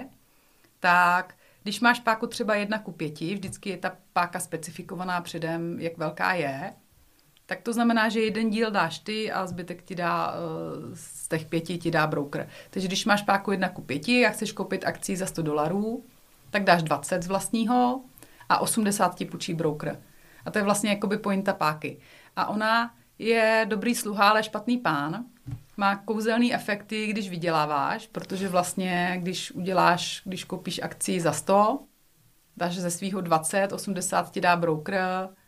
tak když máš páku třeba 1:5, vždycky je ta páka specifikovaná předem, jak velká je, tak to znamená, že jeden díl dáš ty a zbytek ti dá, z těch 5 ti dá broker. Takže když máš páku 1:5 a chceš koupit akcii za $100, tak dáš 20 z vlastního a 80 ti půjčí broker. A to je vlastně jakoby pointa páky. A ona je dobrý sluha, ale špatný pán. Má kouzelný efekty, když vyděláváš, protože vlastně, když koupíš akcii za 100, dáš ze svýho 20, 80 ti dá broker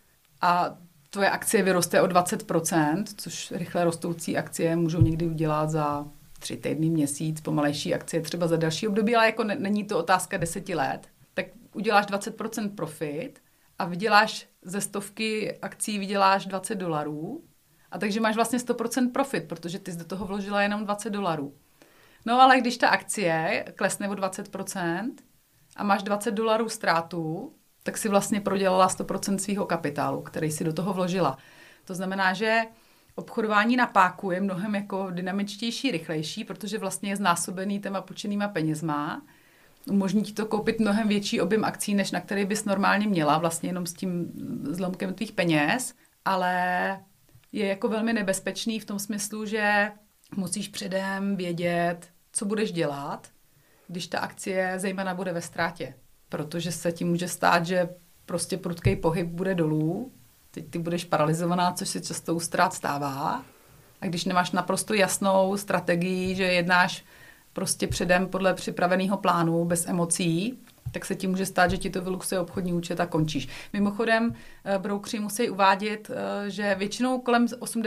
a tvoje akcie vyroste o 20%, což rychle rostoucí akcie můžou někdy udělat za 3 týdny, měsíc, pomalejší akcie třeba za další období, ale jako není to otázka 10 let, tak uděláš 20% profit a vyděláš ze 100 akcí vyděláš $20 a takže máš vlastně 100% profit, protože ty jsi do toho vložila jenom $20. No ale když ta akcie klesne o 20% a máš $20 ztrátu, tak si vlastně prodělala 100% svého kapitálu, který si do toho vložila. To znamená, že obchodování na páku je mnohem jako dynamičtější, rychlejší, protože vlastně je znásobený těma půjčenýma penězma. Umožní ti to koupit mnohem větší objem akcí, než na který bys normálně měla, vlastně jenom s tím zlomkem tvých peněz, ale je jako velmi nebezpečný v tom smyslu, že musíš předem vědět, co budeš dělat, když ta akcie zejména bude ve ztrátě. Protože se ti může stát, že prostě prudký pohyb bude dolů, teď ty budeš paralizovaná, což se často u ztrát stává. A když nemáš naprosto jasnou strategii, že jednáš prostě předem podle připraveného plánu, bez emocí, tak se ti může stát, že ti to vyluxuje obchodní účet a končíš. Mimochodem, broukři musí uvádět, že většinou kolem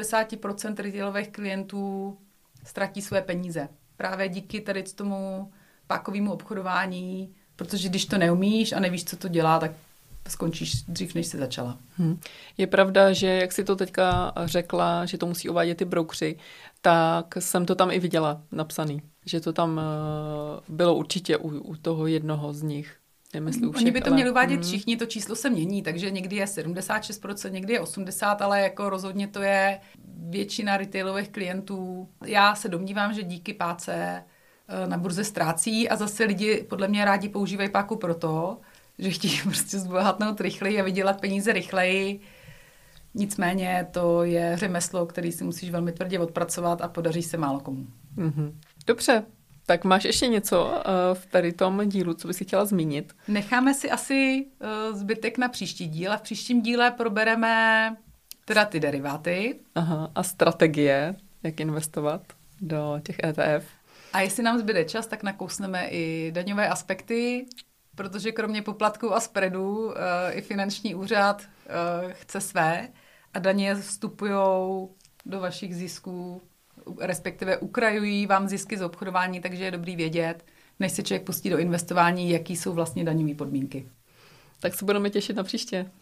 80% retailových klientů ztratí své peníze. Právě díky tady tomu pákovému obchodování, protože když to neumíš a nevíš, co to dělá, tak skončíš dřív, než jsi začala. Je pravda, že jak jsi to teďka řekla, že to musí uvádět ty broukři, tak jsem to tam i viděla napsaný. Že to tam bylo určitě u toho jednoho z nich. Oni by to měli uvádět všichni, to číslo se mění, takže někdy je 76%, někdy je 80%, ale jako rozhodně to je většina retailových klientů. Já se domnívám, že díky páce na burze ztrácí a zase lidi podle mě rádi používají páku proto, že chtějí prostě zbohatnout rychleji a vydělat peníze rychleji. Nicméně to je řemeslo, který si musíš velmi tvrdě odpracovat a podaří se málo komu. Dobře, tak máš ještě něco v tady tom dílu, co bys si chtěla zmínit? Necháme si asi zbytek na příští díl a v příštím díle probereme teda ty deriváty. Aha, a strategie, jak investovat do těch ETF. A jestli nám zbyde čas, tak nakousneme i daňové aspekty, protože kromě poplatku a spreadu i finanční úřad chce své a daně vstupujou do vašich zisků, respektive ukrajují vám zisky z obchodování, takže je dobrý vědět, než se člověk pustí do investování, jaký jsou vlastně daňové podmínky. Tak se budeme těšit na příště.